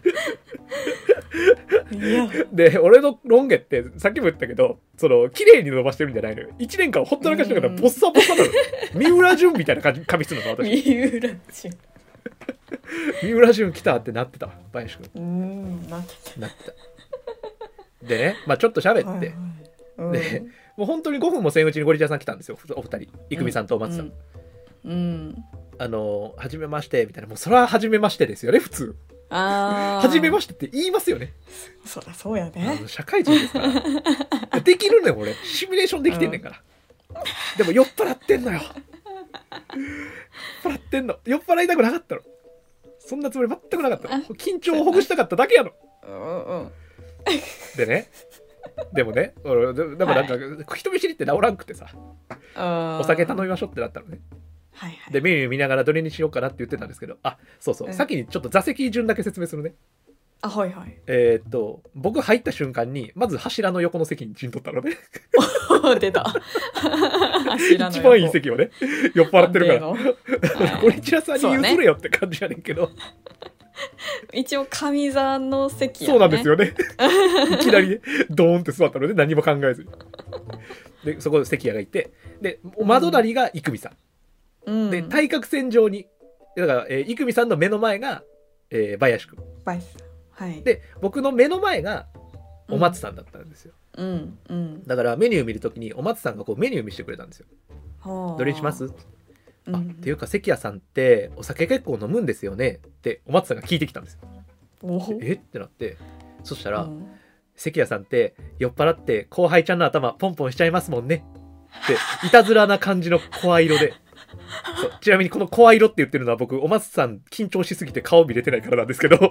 いやで俺のロン毛ってさっきも言ったけどその綺麗に伸ばしてるんじゃないのよ。いちねんかんほったらかしながらボッサボサなの。三浦淳みたいな髪するの私。 三浦淳三浦淳来たってなってたわ林くん。 うんなってたなってたでね、まあちょっと喋って、はいはいうん、でもう本当にごふんもせんうちにゴリチャさん来たんですよ。お二人郁美さんとお松さん、 うんうん、 あの初めましてみたいな。もうそれは初めましてですよね普通。 あ初めましてって言いますよね。 そりゃそうやね。 社会人ですからできるのよ俺。シミュレーションできてんねんから、うん、でも酔っ払ってんのよ。酔っ払ってんの。酔っ払いたくなかったの。そんなつもり全くなかったの。緊張をほぐしたかっただけやの。 うんうんでねでもね俺でもなんか、はい、人見知りって治らんくてさお酒頼みましょうってなったのね。 はいはい、 でメニュー見ながらどれにしようかなって言ってたんですけど、あそうそう、うん、先にちょっと座席順だけ説明するね。 あはいはいえー、っと僕入った瞬間にまず柱の横の席に陣取ったのね出た柱の一番いい席をね酔っ払ってるからゴリチラさんに譲れよって感じやねんけど、 一応上座の席やね。 そうなんですよねいきなりねドーンって座ったので何も考えずにでそこで関谷がいてで窓なりが郁美さん、うん、で対角線上にだから、えー、郁美さんの目の前が、えー、林くん、 林さん、はい、 で僕の目の前がお松さんだったんですよ、 うんうん、 だからメニュー見るときにお松さんがこうメニュー見せてくれたんですよ。どれにします？あ、うん、っていうか関谷さんってお酒結構飲むんですよねってお松さんが聞いてきたんですよ。えってなって、そしたら、うん、関谷さんって酔っ払って後輩ちゃんの頭ポンポンしちゃいますもんねっていたずらな感じの声色でそうちなみにこの声色って言ってるのは僕お松さん緊張しすぎて顔見れてないからなんですけど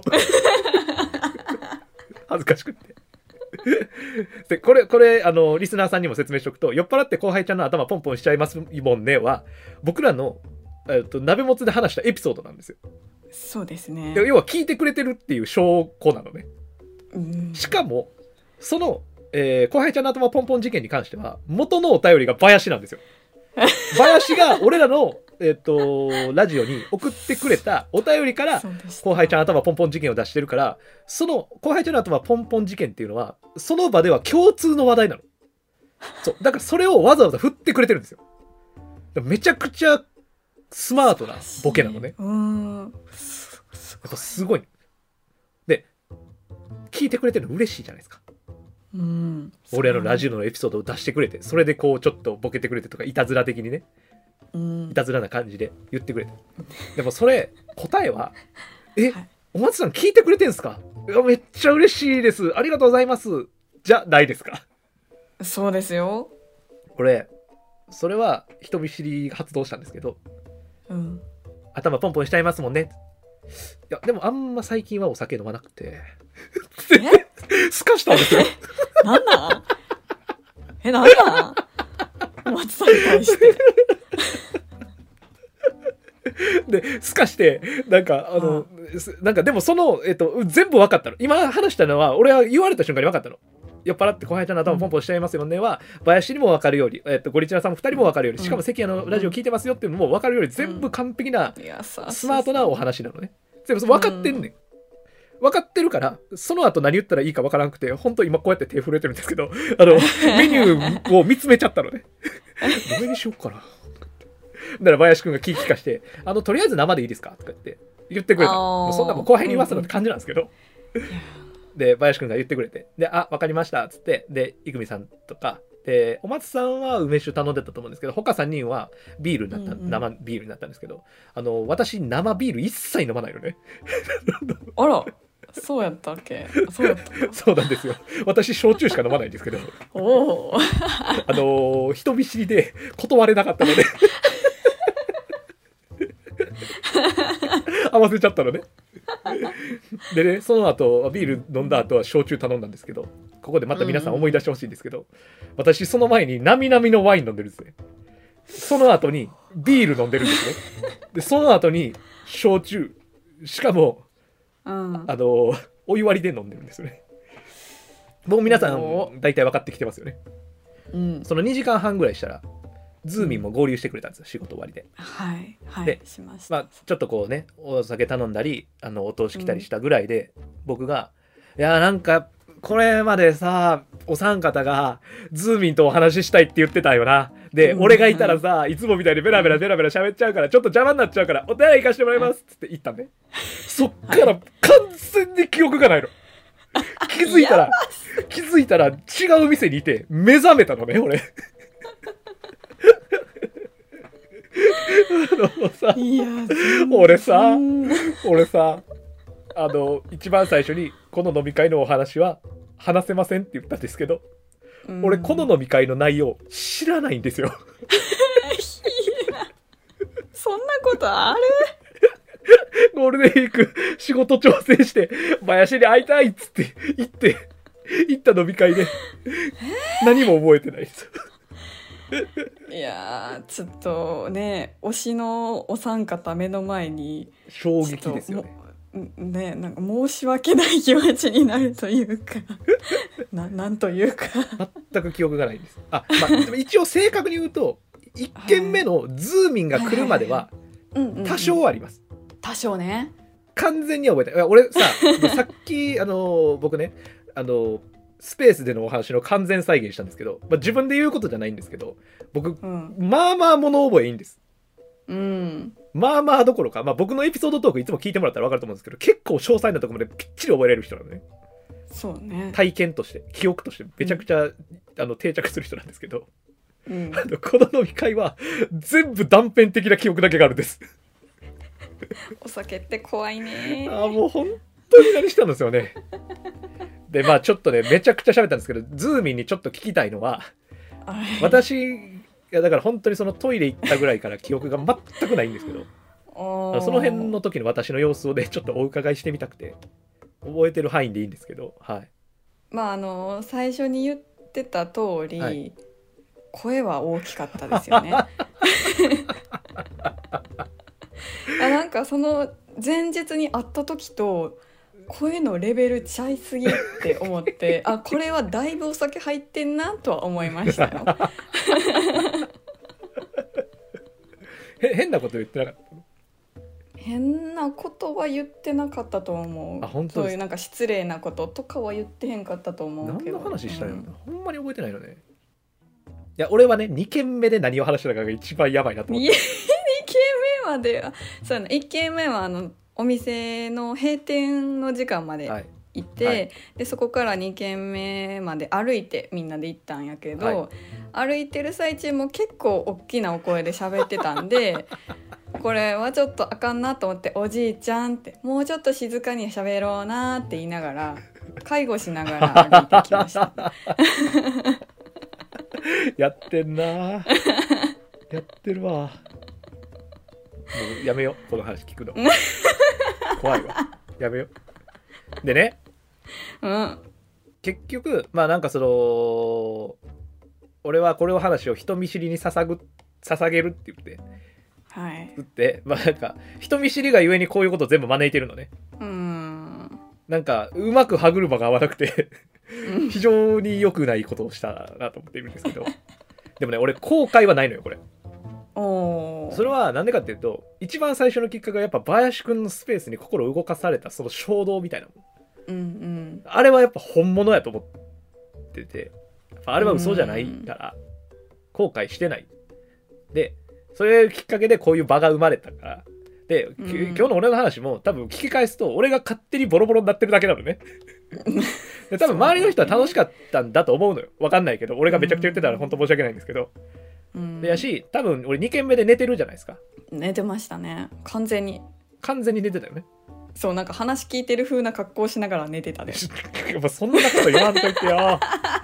恥ずかしくってでこれこれあのリスナーさんにも説明しておくと、酔っ払って後輩ちゃんの頭ポンポンしちゃいますもんねは僕らの、えっと、鍋もつで話したエピソードなんですよ。 そうですね。 要は聞いてくれてるっていう証拠なのね。 うん、 しかもその、えー、後輩ちゃんの頭ポンポン事件に関しては元のお便りが林なんですよ。林が俺らのえっとラジオに送ってくれたお便りから後輩ちゃん頭ポンポン事件を出してるから、その後輩ちゃんの頭ポンポン事件っていうのはその場では共通の話題なの。そうだからそれをわざわざ振ってくれてるんですよ。めちゃくちゃスマートなボケなのね。 うん、 やっぱすごい。で聞いてくれてるの嬉しいじゃないですか。 うん、 俺らのラジオのエピソードを出してくれて、それでこうちょっとボケてくれてとかいたずら的にね、うん、いたずらな感じで言ってくれて、でもそれ答えはえ、はい、お松さん聞いてくれてんすか？いやめっちゃ嬉しいです、ありがとうございますじゃないですか。 そうですよ。 これそれは人見知りが発動したんですけど、 うん、 頭ポンポンしちゃいますもんね。いやでもあんま最近はお酒飲まなくてすかしたんですよ。 なんなんえ、なんなん松さんに対してですかしてなんかあの、うん、なんかでもその、えっと、全部分かったの。今話したのは俺は言われた瞬間に分かったの。酔っ払って後輩ちゃんの頭ポンポンしちゃいますよねは、うん、林にも分かるように、えっと、ゴリチラさんもふたりも分かるように、しかも関谷のラジオ聞いてますよっていうのも分かるように、全部完璧な、うん、スマートなお話なのね。全部分かってんねん、分かってるからその後何言ったらいいか分からなくて、本当今こうやって手震えてるんですけど、あのメニューを見つめちゃったのね。どれにしようかな。だから林くんが聞き聞かして「あのとりあえず生でいいですか?」とか言って言ってくれた。もうそんなもう後輩に言わせろって感じなんですけど、うんうん、で林くんが言ってくれて、で「あ分かりました」っつって、で郁美さんとかでお松さんは梅酒頼んでたと思うんですけど、他さんにんはビールになった、うんうん、生ビールになったんですけど、あの私生ビール一切飲まないのね。 あらそうやったっけ。そうやったそうなんですよ。私焼酎しか飲まないんですけど、 おあのー、人見知りで断れなかったので合わせちゃったのね。でね、その後ビール飲んだ後は焼酎頼んだんですけど、ここでまた皆さん思い出してほしいんですけど、うんうん、私その前になみなみのワイン飲んでるんですね。 その後にビール飲んでるんですね。でその後に焼酎、しかも、うん、あのお湯割りで飲んでるんですよね。もう皆さん大体分かってきてますよね、うん、そのにじかんはんぐらいしたらズーミンも合流してくれたんですよ、仕事終わりで。 はいはい。 でしました。 まあ、ちょっとこうねお酒頼んだりあのお通し来たりしたぐらいで、うん、僕がいやなんかこれまでさお三方がズーミンとお話ししたいって言ってたよな。で、うん、俺がいたらさいつもみたいにベラベラベラベラ喋っちゃうからちょっと邪魔になっちゃうからお手洗い行かしてもらいますっつって言ったんで、そっから完全に記憶がないの。気づいたら気づいたら違う店にいて目覚めたのね俺。あのさいや俺さ俺さあの一番最初にこの飲み会のお話は話せませんって言ったんですけど、うん、俺この飲み会の内容知らないんですよ。 そんなことある？ ゴールデンウィーク仕事調整して林に会いたいっつって行って行った飲み会で何も覚えてないです。 いやーちょっとね推しのお三方目の前に衝撃ですよね。 ね、なんか申し訳ない気持ちになるというかな, なんというか全く記憶がないです。あ、まあ、でも一応正確に言うといっけんめのズーミンが来るまでは多少あります。 多少ね。 完全には覚えてない。俺ささっきあの僕ねあのスペースでのお話の完全再現したんですけど、まあ、自分で言うことじゃないんですけど僕、うん、まあまあ物覚えいいんです。うん、まあまあどころか、まあ、僕のエピソードトークいつも聞いてもらったら分かると思うんですけど結構詳細なところまでぴっちり覚えれる人なのね。 そうね。 体験として記憶としてめちゃくちゃ、うん、あの定着する人なんですけど、うん、あのこの飲み会は全部断片的な記憶だけがあるんです。 お酒って怖いね。 あもう本当に何したんですよね。でまあちょっとねめちゃくちゃ喋ったんですけどズーミンにちょっと聞きたいのは私いやだから本当にそのトイレ行ったぐらいから記憶が全くないんですけどその辺の時の私の様子をねちょっとお伺いしてみたくて覚えてる範囲でいいんですけど、はい。 まああの最初に言ってた通り、はい、声は大きかったですよね。あなんかその前日に会った時と声のレベルちゃいすぎって思ってあこれはだいぶお酒入ってんなとは思いましたよ。 へ変なこと言ってなかった？ 変なことは言ってなかったと思う。 あ本当ですか？ そういうなんか失礼なこととかは言ってへんかったと思うけど。 何の話したよ、うん、ほんまに覚えてないのね。いや俺はねにけんめで何を話したかが一番やばいなと思って。にけんめまではそうねいっけんめはあのお店の閉店の時間まで行って、はいはい、でそこからにけんめまで歩いてみんなで行ったんやけど、はい、歩いてる最中も結構大きなお声で喋ってたんでこれはちょっとあかんなと思っておじいちゃんってもうちょっと静かに喋ろうなって言いながら介護しながら歩いてきました。 やってんなやってるわ。もうやめようこの話聞くの。怖いわやめよう。でね、うん、結局まあなんかその俺はこれを話を人見知りに捧ぐ捧げるって言って、はい、言ってまあなんか人見知りがゆえにこういうことを全部招いてるのね。うんなんかうまく歯車が合わなくて非常に良くないことをしたなと思っているんですけどでもね俺後悔はないのよこれ。おそれはなんでかっていうと一番最初のきっかけがやっぱ林くんのスペースに心動かされたその衝動みたいなもん、うんうん、あれはやっぱ本物やと思っててあれは嘘じゃないから後悔してないでそれきっかけでこういう場が生まれたからで、うん、今日の俺の話も多分聞き返すと俺が勝手にボロボロになってるだけなのねで多分周りの人は楽しかったんだと思うのよ。分かんないけど俺がめちゃくちゃ言ってたら本当申し訳ないんですけど、うん、でやし多分俺にけんめで寝てるじゃないですか。 寝てましたね。完全に完全に寝てたよね。 そうなんか話聞いてる風な格好しながら寝てたでそんなこと言わんといてよ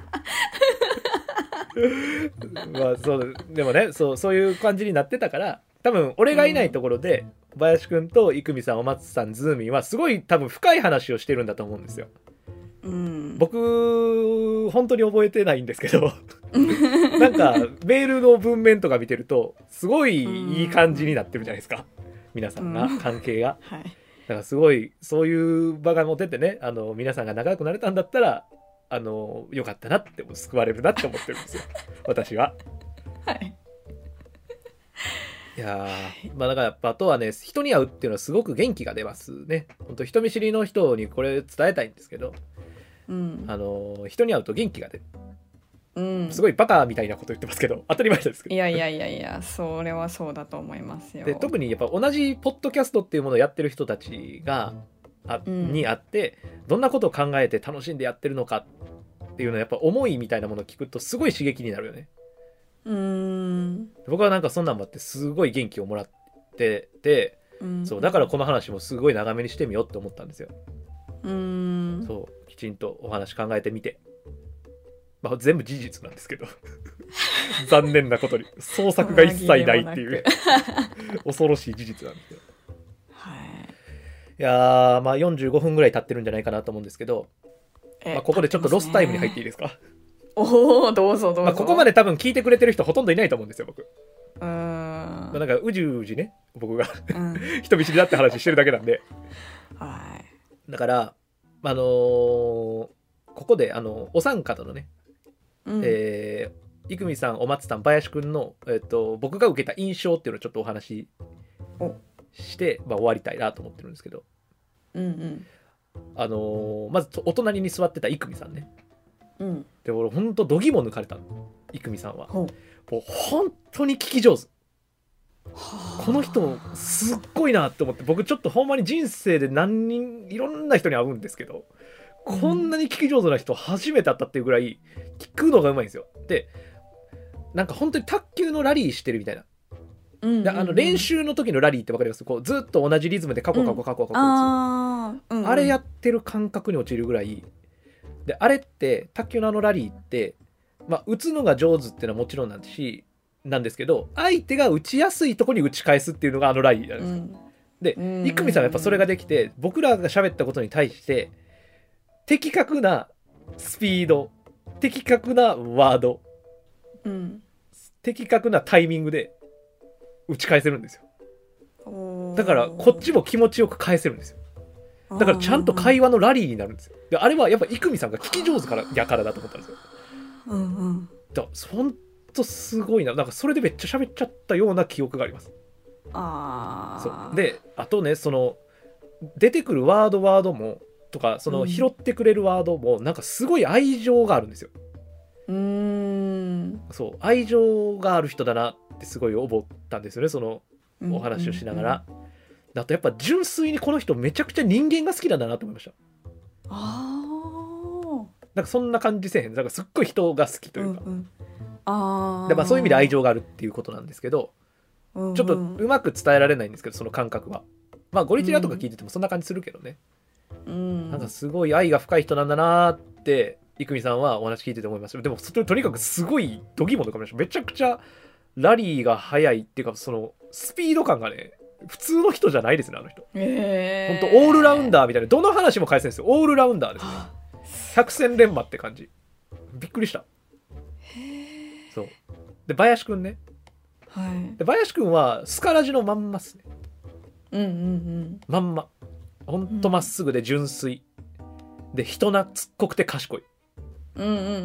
まあそうでもねそうそういう感じになってたから多分俺がいないところで、うん、林くんと生見さんお松さんズーミンはすごい多分深い話をしてるんだと思うんですよ。 うん、 僕本当に覚えてないんですけどなんかメールの文面とか見てるとすごいいい感じになってるじゃないですか、皆さんが、関係が、 はい、 だからすごいそういう場が持ててね、あの皆さんが仲良くなれたんだったらあのよかったなって、救われるなって思ってるんですよ私は。 はいいやー、まあだからやっぱあとはね、人に会うっていうのはすごく元気が出ますね。本当人見知りの人にこれ伝えたいんですけど、 うん、 あの人に会うと元気が出る、 うん、 すごいバカみたいなこと言ってますけど当たり前ですけど、 いやいやいやいや、それはそうだと思いますよ。 で特にやっぱ同じポッドキャストっていうものをやってる人たちがあ、うん、に会ってどんなことを考えて楽しんでやってるのかっていうのはやっぱ思いみたいなものを聞くとすごい刺激になるよね。 うーん、 僕はなんかそんなんもあってすごい元気をもらってて、うん、そうだからこの話もすごい長めにしてみようって思ったんですよ。 うーん、 そうきちんとお話考えてみて、まあ、全部事実なんですけど残念なことに創作が一切ないっていう恐ろしい事実なんですよ。 はい、 いやー、まあよんじゅうごふんぐらい経ってるんじゃないかなと思うんですけど、まあ、ここでちょっとロスタイムに入っていいですか？ おお、どうぞどうぞ。 まあ、ここまで多分聞いてくれてる人ほとんどいないと思うんですよ僕。 うーん、まあ、なんかうじうじね僕が、 うん、 人見知りだって話してるだけなんで、 はい、 だからあのー、ここであのお三方のね、うん、えー、生見さん、お松さん、林くんの、えー、と僕が受けた印象っていうのをちょっとお話しして、まあ、終わりたいなと思ってるんですけど、 うんうん、 あのー、まずお隣に座ってた生見さんね、 うん、 で俺ほんと度肝抜かれたの。生見さんはもう本当に聞き上手、この人すっごいなって思って、僕ちょっとほんまに人生で何人いろんな人に会うんですけど、こんなに聞き上手な人初めて会ったっていうぐらい聞くのがうまいんですよ。でなんか本当に卓球のラリーしてるみたいな、うんうんうん、であの練習の時のラリーって分かります？こうずっと同じリズムでカコカコカコカコ打つ、うん、あ, うんうん、あれやってる感覚に陥るぐらいで、あれって卓球のあのラリーって、まあ、打つのが上手っていうのはもちろんなんしなんですけど、相手が打ちやすいところに打ち返すっていうのがあのラリーなんですよ、うん、で生見さんはやっぱそれができて、僕らが喋ったことに対して的確なスピード、的確なワード、うん、的確なタイミングで打ち返せるんですよ。だからこっちも気持ちよく返せるんですよ。だからちゃんと会話のラリーになるんですよ。であれはやっぱ生見さんが聞き上手からやからだと思ったんですよ。うんうん、だほんとすごいな。なんかそれでめっちゃ喋っちゃったような記憶があります。あそうで、あとね、その出てくるワードワードもとか、その拾ってくれるワードもなんかすごい愛情があるんですよ。うーん、そう愛情がある人だなってすごい思ったんですよね、そのお話をしながら、うんうんうん、だとやっぱ純粋にこの人めちゃくちゃ人間が好きなんだなと思いました。あなんかそんな感じせえへん。なんかすっごい人が好きというか、うんうん、あで、まあ、そういう意味で愛情があるっていうことなんですけど、うんうん、ちょっとうまく伝えられないんですけど、その感覚はまあゴリチラとか聞いててもそんな感じするけどね、うん、なんかすごい愛が深い人なんだなって生見さんはお話聞いてて思いました。でもとにかくすごい度肝とかめちゃくちゃラリーが速いっていうか、そのスピード感がね普通の人じゃないですね、あの人。えー、本当オールラウンダーみたいな、どの話も返せるんですよ。オールラウンダーですね。百戦錬磨って感じ。びっくりした。そうで林くんね、はい、で林くんはスカラジのまんまっすね。うんうんうん、まんまほんとまっすぐで純粋、うん、で人懐っこくて賢い、うんうんうんうん、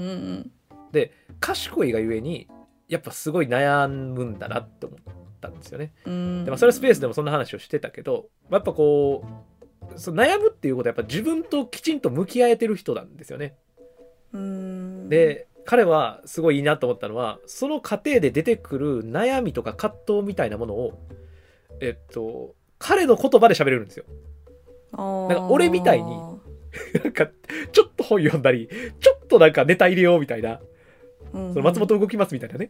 で賢いがゆえにやっぱすごい悩むんだなって思ったんですよね。で、まあ、それはスペースでもそんな話をしてたけど、やっぱこうその悩むっていうことはやっぱ自分ときちんと向き合えてる人なんですよね。うーんで彼はすごいいいなと思ったのは、その過程で出てくる悩みとか葛藤みたいなものをえっと彼の言葉で喋れるんですよ。なんか俺みたいになんかちょっと本読んだりちょっとなんかネタ入れようみたいな、うんうん、その松本動きますみたいなね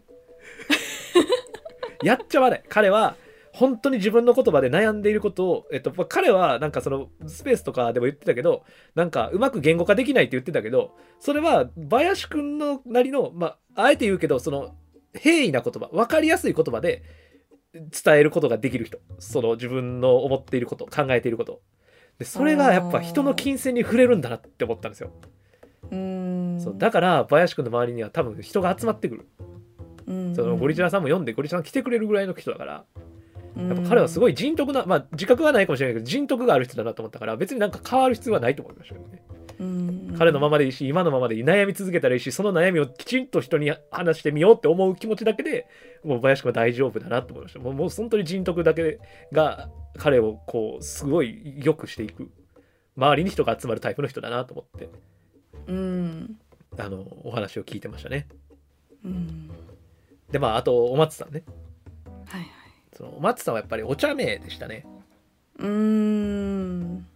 やっちゃわない。彼は本当に自分の言葉で悩んでいることを、えっと、彼はなんかそのスペースとかでも言ってたけど、なんかうまく言語化できないって言ってたけど、それは林くんのなりの、まあ、あえて言うけど、その平易な言葉、分かりやすい言葉で伝えることができる人、その自分の思っていること、考えていることで、それがやっぱ人の金銭に触れるんだなって思ったんですよ。 そうだから林くんの周りには多分人が集まってくる、 うん、 そのゴリチラさんも読んでゴリチラさん来てくれるぐらいの人だから、やっぱ彼はすごい人徳な、まあ自覚はないかもしれないけど人徳がある人だなと思ったから、別になんか変わる必要はないと思いましたよね。うん、彼のままでいいし、今のままでいい、悩み続けたらいいし、その悩みをきちんと人に話してみようって思う気持ちだけでもう林くんは大丈夫だなと思いました。もう、もう本当に人徳だけが彼をこうすごい良くしていく、周りに人が集まるタイプの人だなと思って、うん、あのお話を聞いてましたね。うん、でまああとお松さんね、はいはい、そのお松さんはやっぱりお茶目でしたね。うーん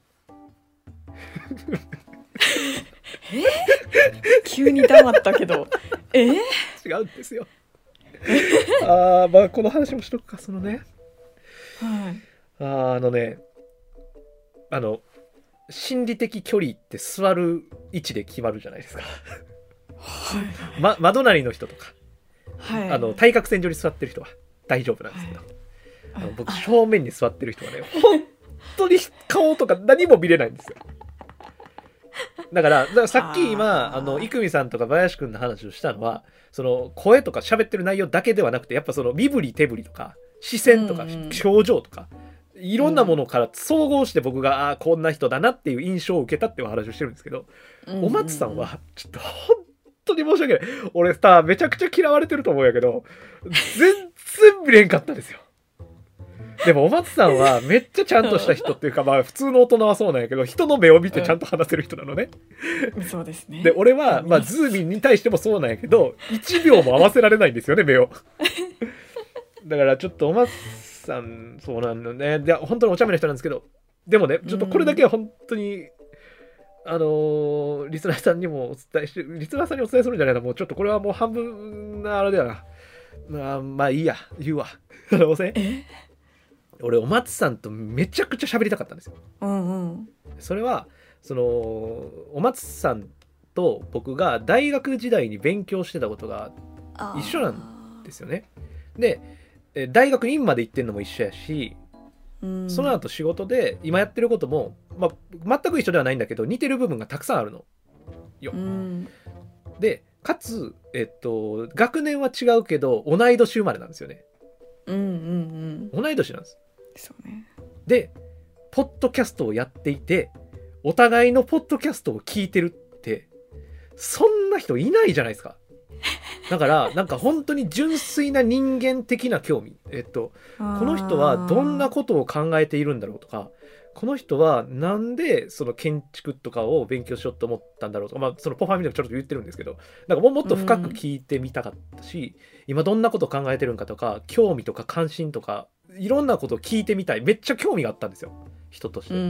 え急に黙ったけどえ違うんですよあまあこの話もしとくか。そのね、はい、ああのねあの心理的距離って座る位置で決まるじゃないですか、はいま、窓なりの人とか、はい、あの対角線上に座ってる人は大丈夫なんですけど、はい、あの僕正面に座ってる人はね本当に顔とか何も見れないんですよ。だから、だからさっき今あの生見さんとか林くんの話をしたのは、その声とか喋ってる内容だけではなくて、やっぱその身振り手振りとか視線とか表情とか、うん、いろんなものから総合して僕が、あこんな人だなっていう印象を受けたっていう話をしてるんですけど、うん、お松さんはちょっと本当に申し訳ない。俺さめちゃくちゃ嫌われてると思うんやけど全然見れんかったんですよ。でもお松さんはめっちゃちゃんとした人っていうか、まあ普通の大人はそうなんやけど、人の目を見てちゃんと話せる人なのね、 うん、そうですね。 で俺は、まあ、ズーミンに対してもそうなんやけどいちびょうも合わせられないんですよね目をだからちょっとお松さんそうなんだね。で本当にお茶目な人なんですけど、でもねちょっとこれだけは本当に、うん、あのー、リスナーさんにもお伝えして、リスナーさんにお伝えするんじゃないな、もうちょっとこれはもう半分なあれだよな。まあ、まあいいや言うわどうせ俺お松さんとめちゃくちゃ喋りたかったんですよ、うんうん、それはそのお松さんと僕が大学時代に勉強してたことが一緒なんですよね。で大学院まで行ってんのも一緒やし、うん、その後仕事で今やってることも、まあ、全く一緒ではないんだけど似てる部分がたくさんあるのよ、うん、でかつ、えっと、学年は違うけど同い年生まれなんですよね、うんうんうん、同い年なんです。そうね。でポッドキャストをやっていてお互いのポッドキャストを聞いてるってそんな人いないじゃないですか。だからなんか本当に純粋な人間的な興味、えっとこの人はどんなことを考えているんだろうとか、この人はなんでその建築とかを勉強しようと思ったんだろうとか、まあそのポファミでもちょっと言ってるんですけど、なんかもっと深く聞いてみたかったし、今どんなことを考えてるんかとか興味とか関心とかいろんなことを聞いてみたい、めっちゃ興味があったんですよ人として、うんうんうん、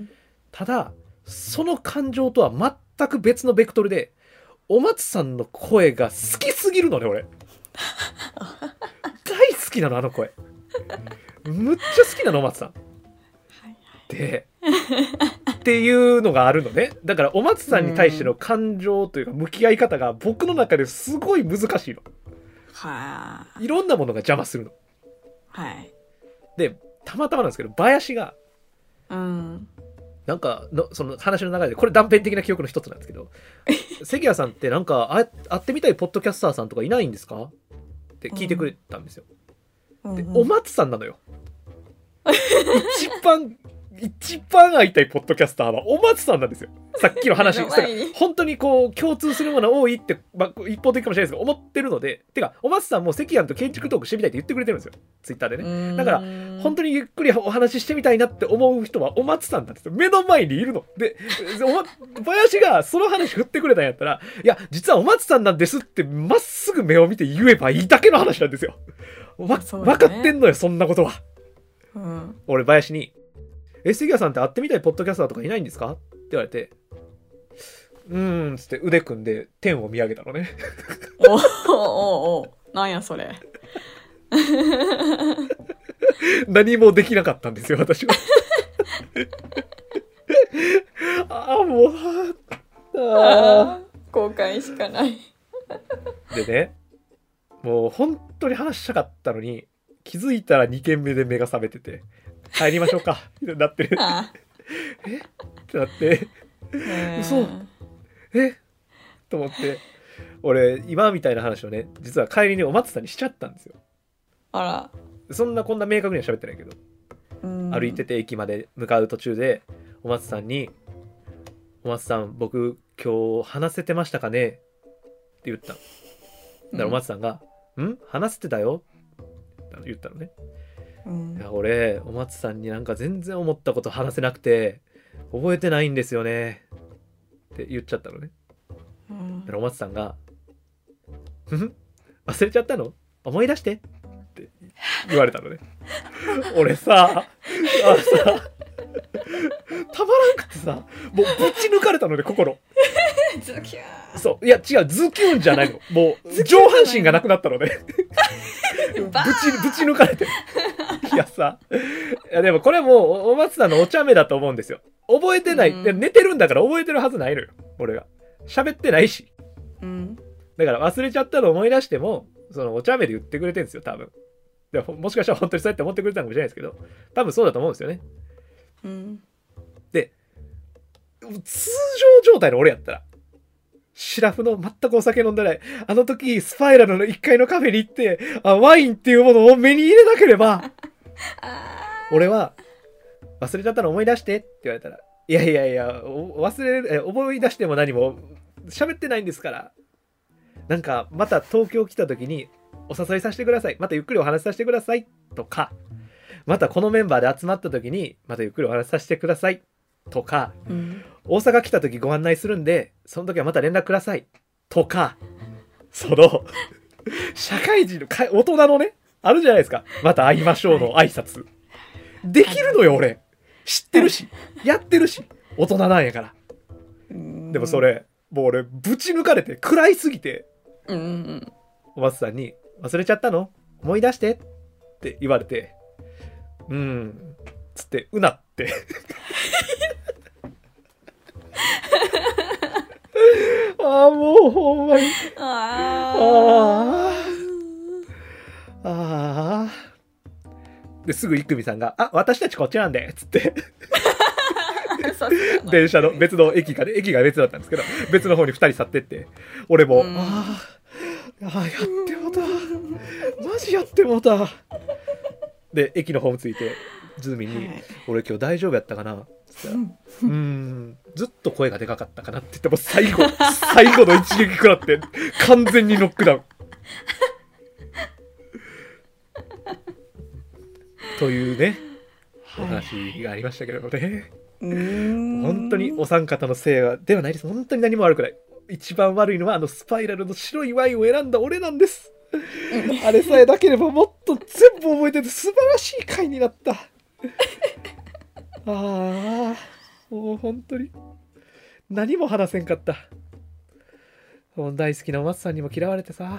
ただその感情とは全く別のベクトルでお松さんの声が好きすぎるのね俺大好きなのあの声むっちゃ好きなのお松さんでっていうのがあるのね。だからお松さんに対しての感情というか向き合い方が僕の中ですごい難しいの。はあ。いろんなものが邪魔するの。はい。でたまたまなんですけど林が、うん、なんかのその話の流れでこれ断片的な記憶の一つなんですけど関谷さんってなんかあ会ってみたいポッドキャスターさんとかいないんですかって聞いてくれたんですよ、うん、で、うん、お松さんなのよ一番一番会いたいポッドキャスターはお松さんなんですよ。さっきの話本当にこう共通するもの多いって、まあ、一方的かもしれないですけど思ってるので、てかお松さんも関谷と建築トークしてみたいって言ってくれてるんですよツイッターでね。だから本当にゆっくりお話ししてみたいなって思う人はお松さんなんですよ。目の前にいるのでお林がその話振ってくれたんやったら、いや実はお松さんなんですってまっすぐ目を見て言えばいいだけの話なんですよ。わ、ね、分かってんのよそんなことは、うん、俺林にえ関谷さんって会ってみたいポッドキャスターとかいないんですかって言われて、うーんつって腕組んで天を見上げたのねおおおなんやそれ何もできなかったんですよ私はああもうあ後悔しかないでね、もう本当に話したかったのに気づいたらにけんめで目が覚めてて帰りましょうかってなってえってなって嘘えと思って、俺今みたいな話をね実は帰りにお松さんにしちゃったんですよ。 あら、 そんなこんな明確には喋ってないけど、うん、歩いてて駅まで向かう途中でお松さんにお松さん僕今日話せてましたかねって言ったの。だからお松さんが、うん、ん話せてたよって言ったのね、うん、いや俺お松さんになんか全然思ったこと話せなくて覚えてないんですよねって言っちゃったのね、うん、だからお松さんがふん忘れちゃったの思い出してって言われたのね俺さあさたまらんくてさもうぶち抜かれたので心ズキューン。そういや違うズキューンじゃないのもう上半身がなくなったのでぶちぶち抜かれていやさいやでもこれはもうお松さんのお茶目だと思うんですよ。覚えてない、うん、寝てるんだから覚えてるはずないのよ俺が喋ってないし、うん、だから忘れちゃったの思い出してもそのお茶目で言ってくれてるんですよ多分。でももしかしたら本当にそうやって思ってくれたのかもしれないですけど多分そうだと思うんですよね、うん、で通常状態の俺やったらシラフの全くお酒飲んでないあの時スパイラルのいっかいのカフェに行ってあワインっていうものを目に入れなければ俺は忘れちゃったの思い出してって言われたらいやいやいや忘れるえ思い出しても何も喋ってないんですからなんかまた東京来た時にお誘いさせてくださいまたゆっくりお話しさせてくださいとかまたこのメンバーで集まった時にまたゆっくりお話しさせてくださいとか、うん、大阪来た時ご案内するんでその時はまた連絡くださいとかその社会人のか大人のねあるじゃないですかまた会いましょうの挨拶、はい、できるのよ俺知ってるし、はい、やってるし大人なんやからでもそれもう俺ぶち抜かれて食らいすぎて、うんうん、お松さんに忘れちゃったの思い出してって言われてうんつってうなってああもうほんまにああああですぐいくみさんがあ私たちこっちなんでつって電車の別の駅がね駅が別だったんですけど別の方にふたり去ってって俺も、うん、ああやってもうたマジやってもうたで駅のホームついてズーミンに、はい、俺今日大丈夫やったかなって言ったらうーんずっと声がでかかったかなって言っても最後最後の一撃食らって完全にノックダウンというねお話がありましたけれどもね、はい、本当にお三方のせいはではないです。本当に何も悪くない。一番悪いのはあのスパイラルの白いワインを選んだ俺なんですあれさえなければもっと全部覚えてて素晴らしい回になったああもう本当に何も話せんかった。大好きなお松さんにも嫌われてさ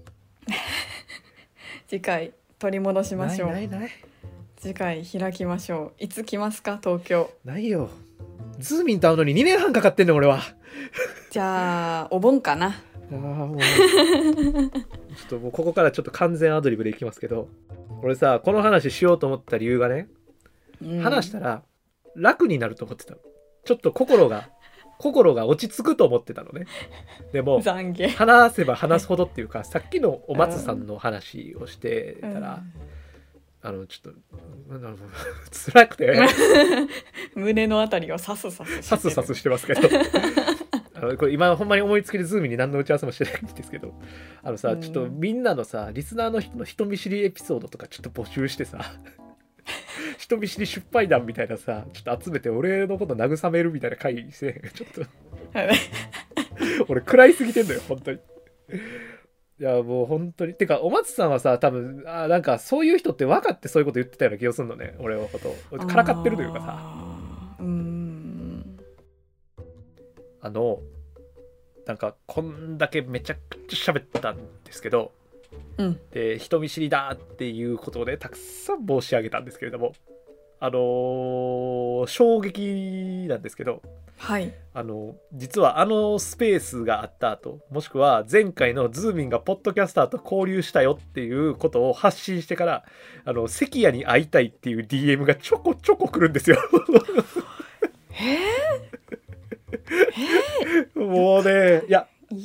次回取り戻しましょう。 ないないない次回開きましょう。いつ来ますか東京。 ないよズーミンと会うのににねんはんかかってんねん俺はじゃあお盆かな。 あもうちょっともうここからちょっと完全アドリブでいきますけど俺さこの話しようと思った理由がね、うん、話したら楽になると思ってたの。ちょっと心が心が落ち着くと思ってたのね。でも話せば話すほどっていうかさっきのお松さんの話をしてたら、うん、あのちょっと辛くて胸のあたりをサスサスサスサスしてますけどあのこれ今ほんまに思いつきでズームに何の打ち合わせもしてないんですけどあのさ、うん、ちょっとみんなのさリスナーの人の人見知りエピソードとかちょっと募集してさ人見知り失敗談みたいなさちょっと集めて俺のこと慰めるみたいな回してちょっと俺食らいすぎてんのよ本当に。いやもう本当にてかお松さんはさ多分あなんかそういう人って分かってそういうこと言ってたような気がするのね俺のことからかってるというかさうーんあのなんかこんだけめちゃくちゃ喋ったんですけど、うん、で人見知りだっていうことでたくさん申し上げたんですけれどもあのー、衝撃なんですけど、 はい、 あの実はあのスペースがあった後もしくは前回のズーミンがポッドキャスターと交流したよっていうことを発信してからあの関谷に会いたいっていう ディーエム がちょこちょこ来るんですよえー、 えー、もうねいや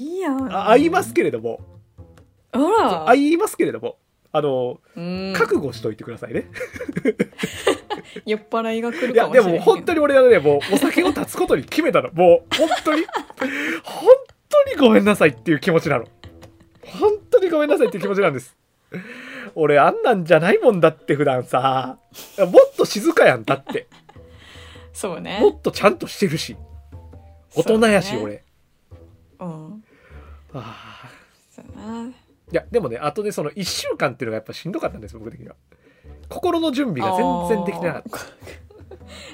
あ会いますけれども、 あら会いますけれども、あの、 うん、 覚悟しといてくださいね。 酔っ払いが来るいやかもしれない。 でも本当に俺はね、もうお酒を断つことに決めたの。もう本当に本当にごめんなさいっていう気持ちなの。本当にごめんなさいっていう気持ちなんです。俺あんなんじゃないもんだって普段さ、もっと静かやんだって。 そうね。 もっとちゃんとしてるし、大人やし、ね、俺。 うん。ああ。そうな。 いやでもね、あとでそのいっしゅうかんっていうのがやっぱしんどかったんですよ僕的には。心の準備が全然できてなかった。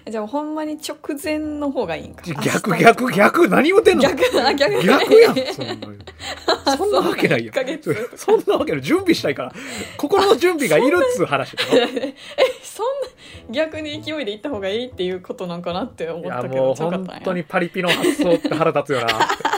じゃあほんまに直前の方がいいんか。 逆逆逆何言ってんの。 逆逆逆やん。そんなそんなわけないよ。そんなわけない。準備したいから心の準備がいるっつう話だろ。 えそんな逆に勢いで行った方がいいっていうことなんかなって思ったけど。いやもう本当にパリピの発想って腹立つよな。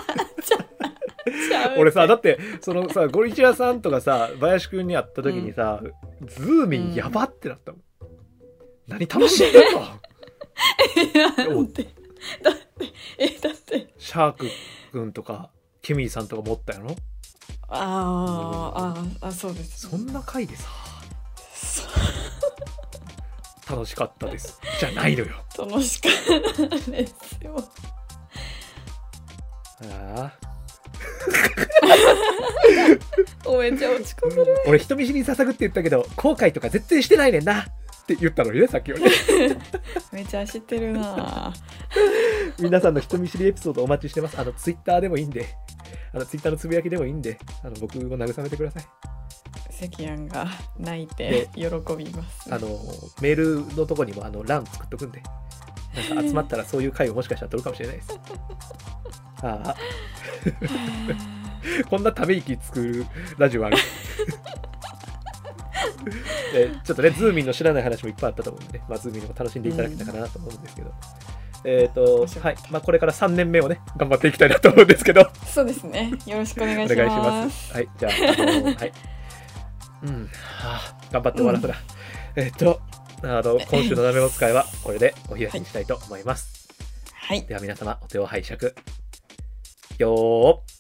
俺さだってそのさゴリチラさんとかさ林くんに会った時にさ、うん、ズーミンやばってなったもん、うん、何楽しんでんの。 なんでだってえだってシャークくんとかケミーさんとか持ったやろ。 あー、うん、ああそうです、 そんな回でさ楽しかったですじゃないのよ。 楽しかったですよ。 ああおめっちゃ落ち込んでる。 俺人見知りに捧ぐって言ったけど後悔とか絶対してないねんなって言ったのにねさっきはね。 めっちゃ知ってるな。 皆さんの人見知りエピソードお待ちしてます。あのツイッターでもいいんで、あのツイッターのつぶやきでもいいんで、あの僕を慰めてください。 関谷が泣いて喜びます、 ね、あのメールのとこにもあの欄作っとくんで、なんか集まったらそういう回をもしかしたら取るかもしれないです。ああこんなため息作るラジオある。えちょっとねズーミンの知らない話もいっぱいあったと思うんで、ね、まあ、ズーミンも楽しんでいただけたかなと思うんですけど、うん、えっ、ー、とはいまあこれからさんねんめをね頑張っていきたいなと思うんですけど。 そうですね、よろしくお願いします。お願いします。 はいじゃあ、あのー、はいうん、はあ、頑張って終わらせな、うん、えっ、ー、とあの今週のなめの使いはこれでお開きにしたいと思います。 はい、 では皆様お手を拝借よー。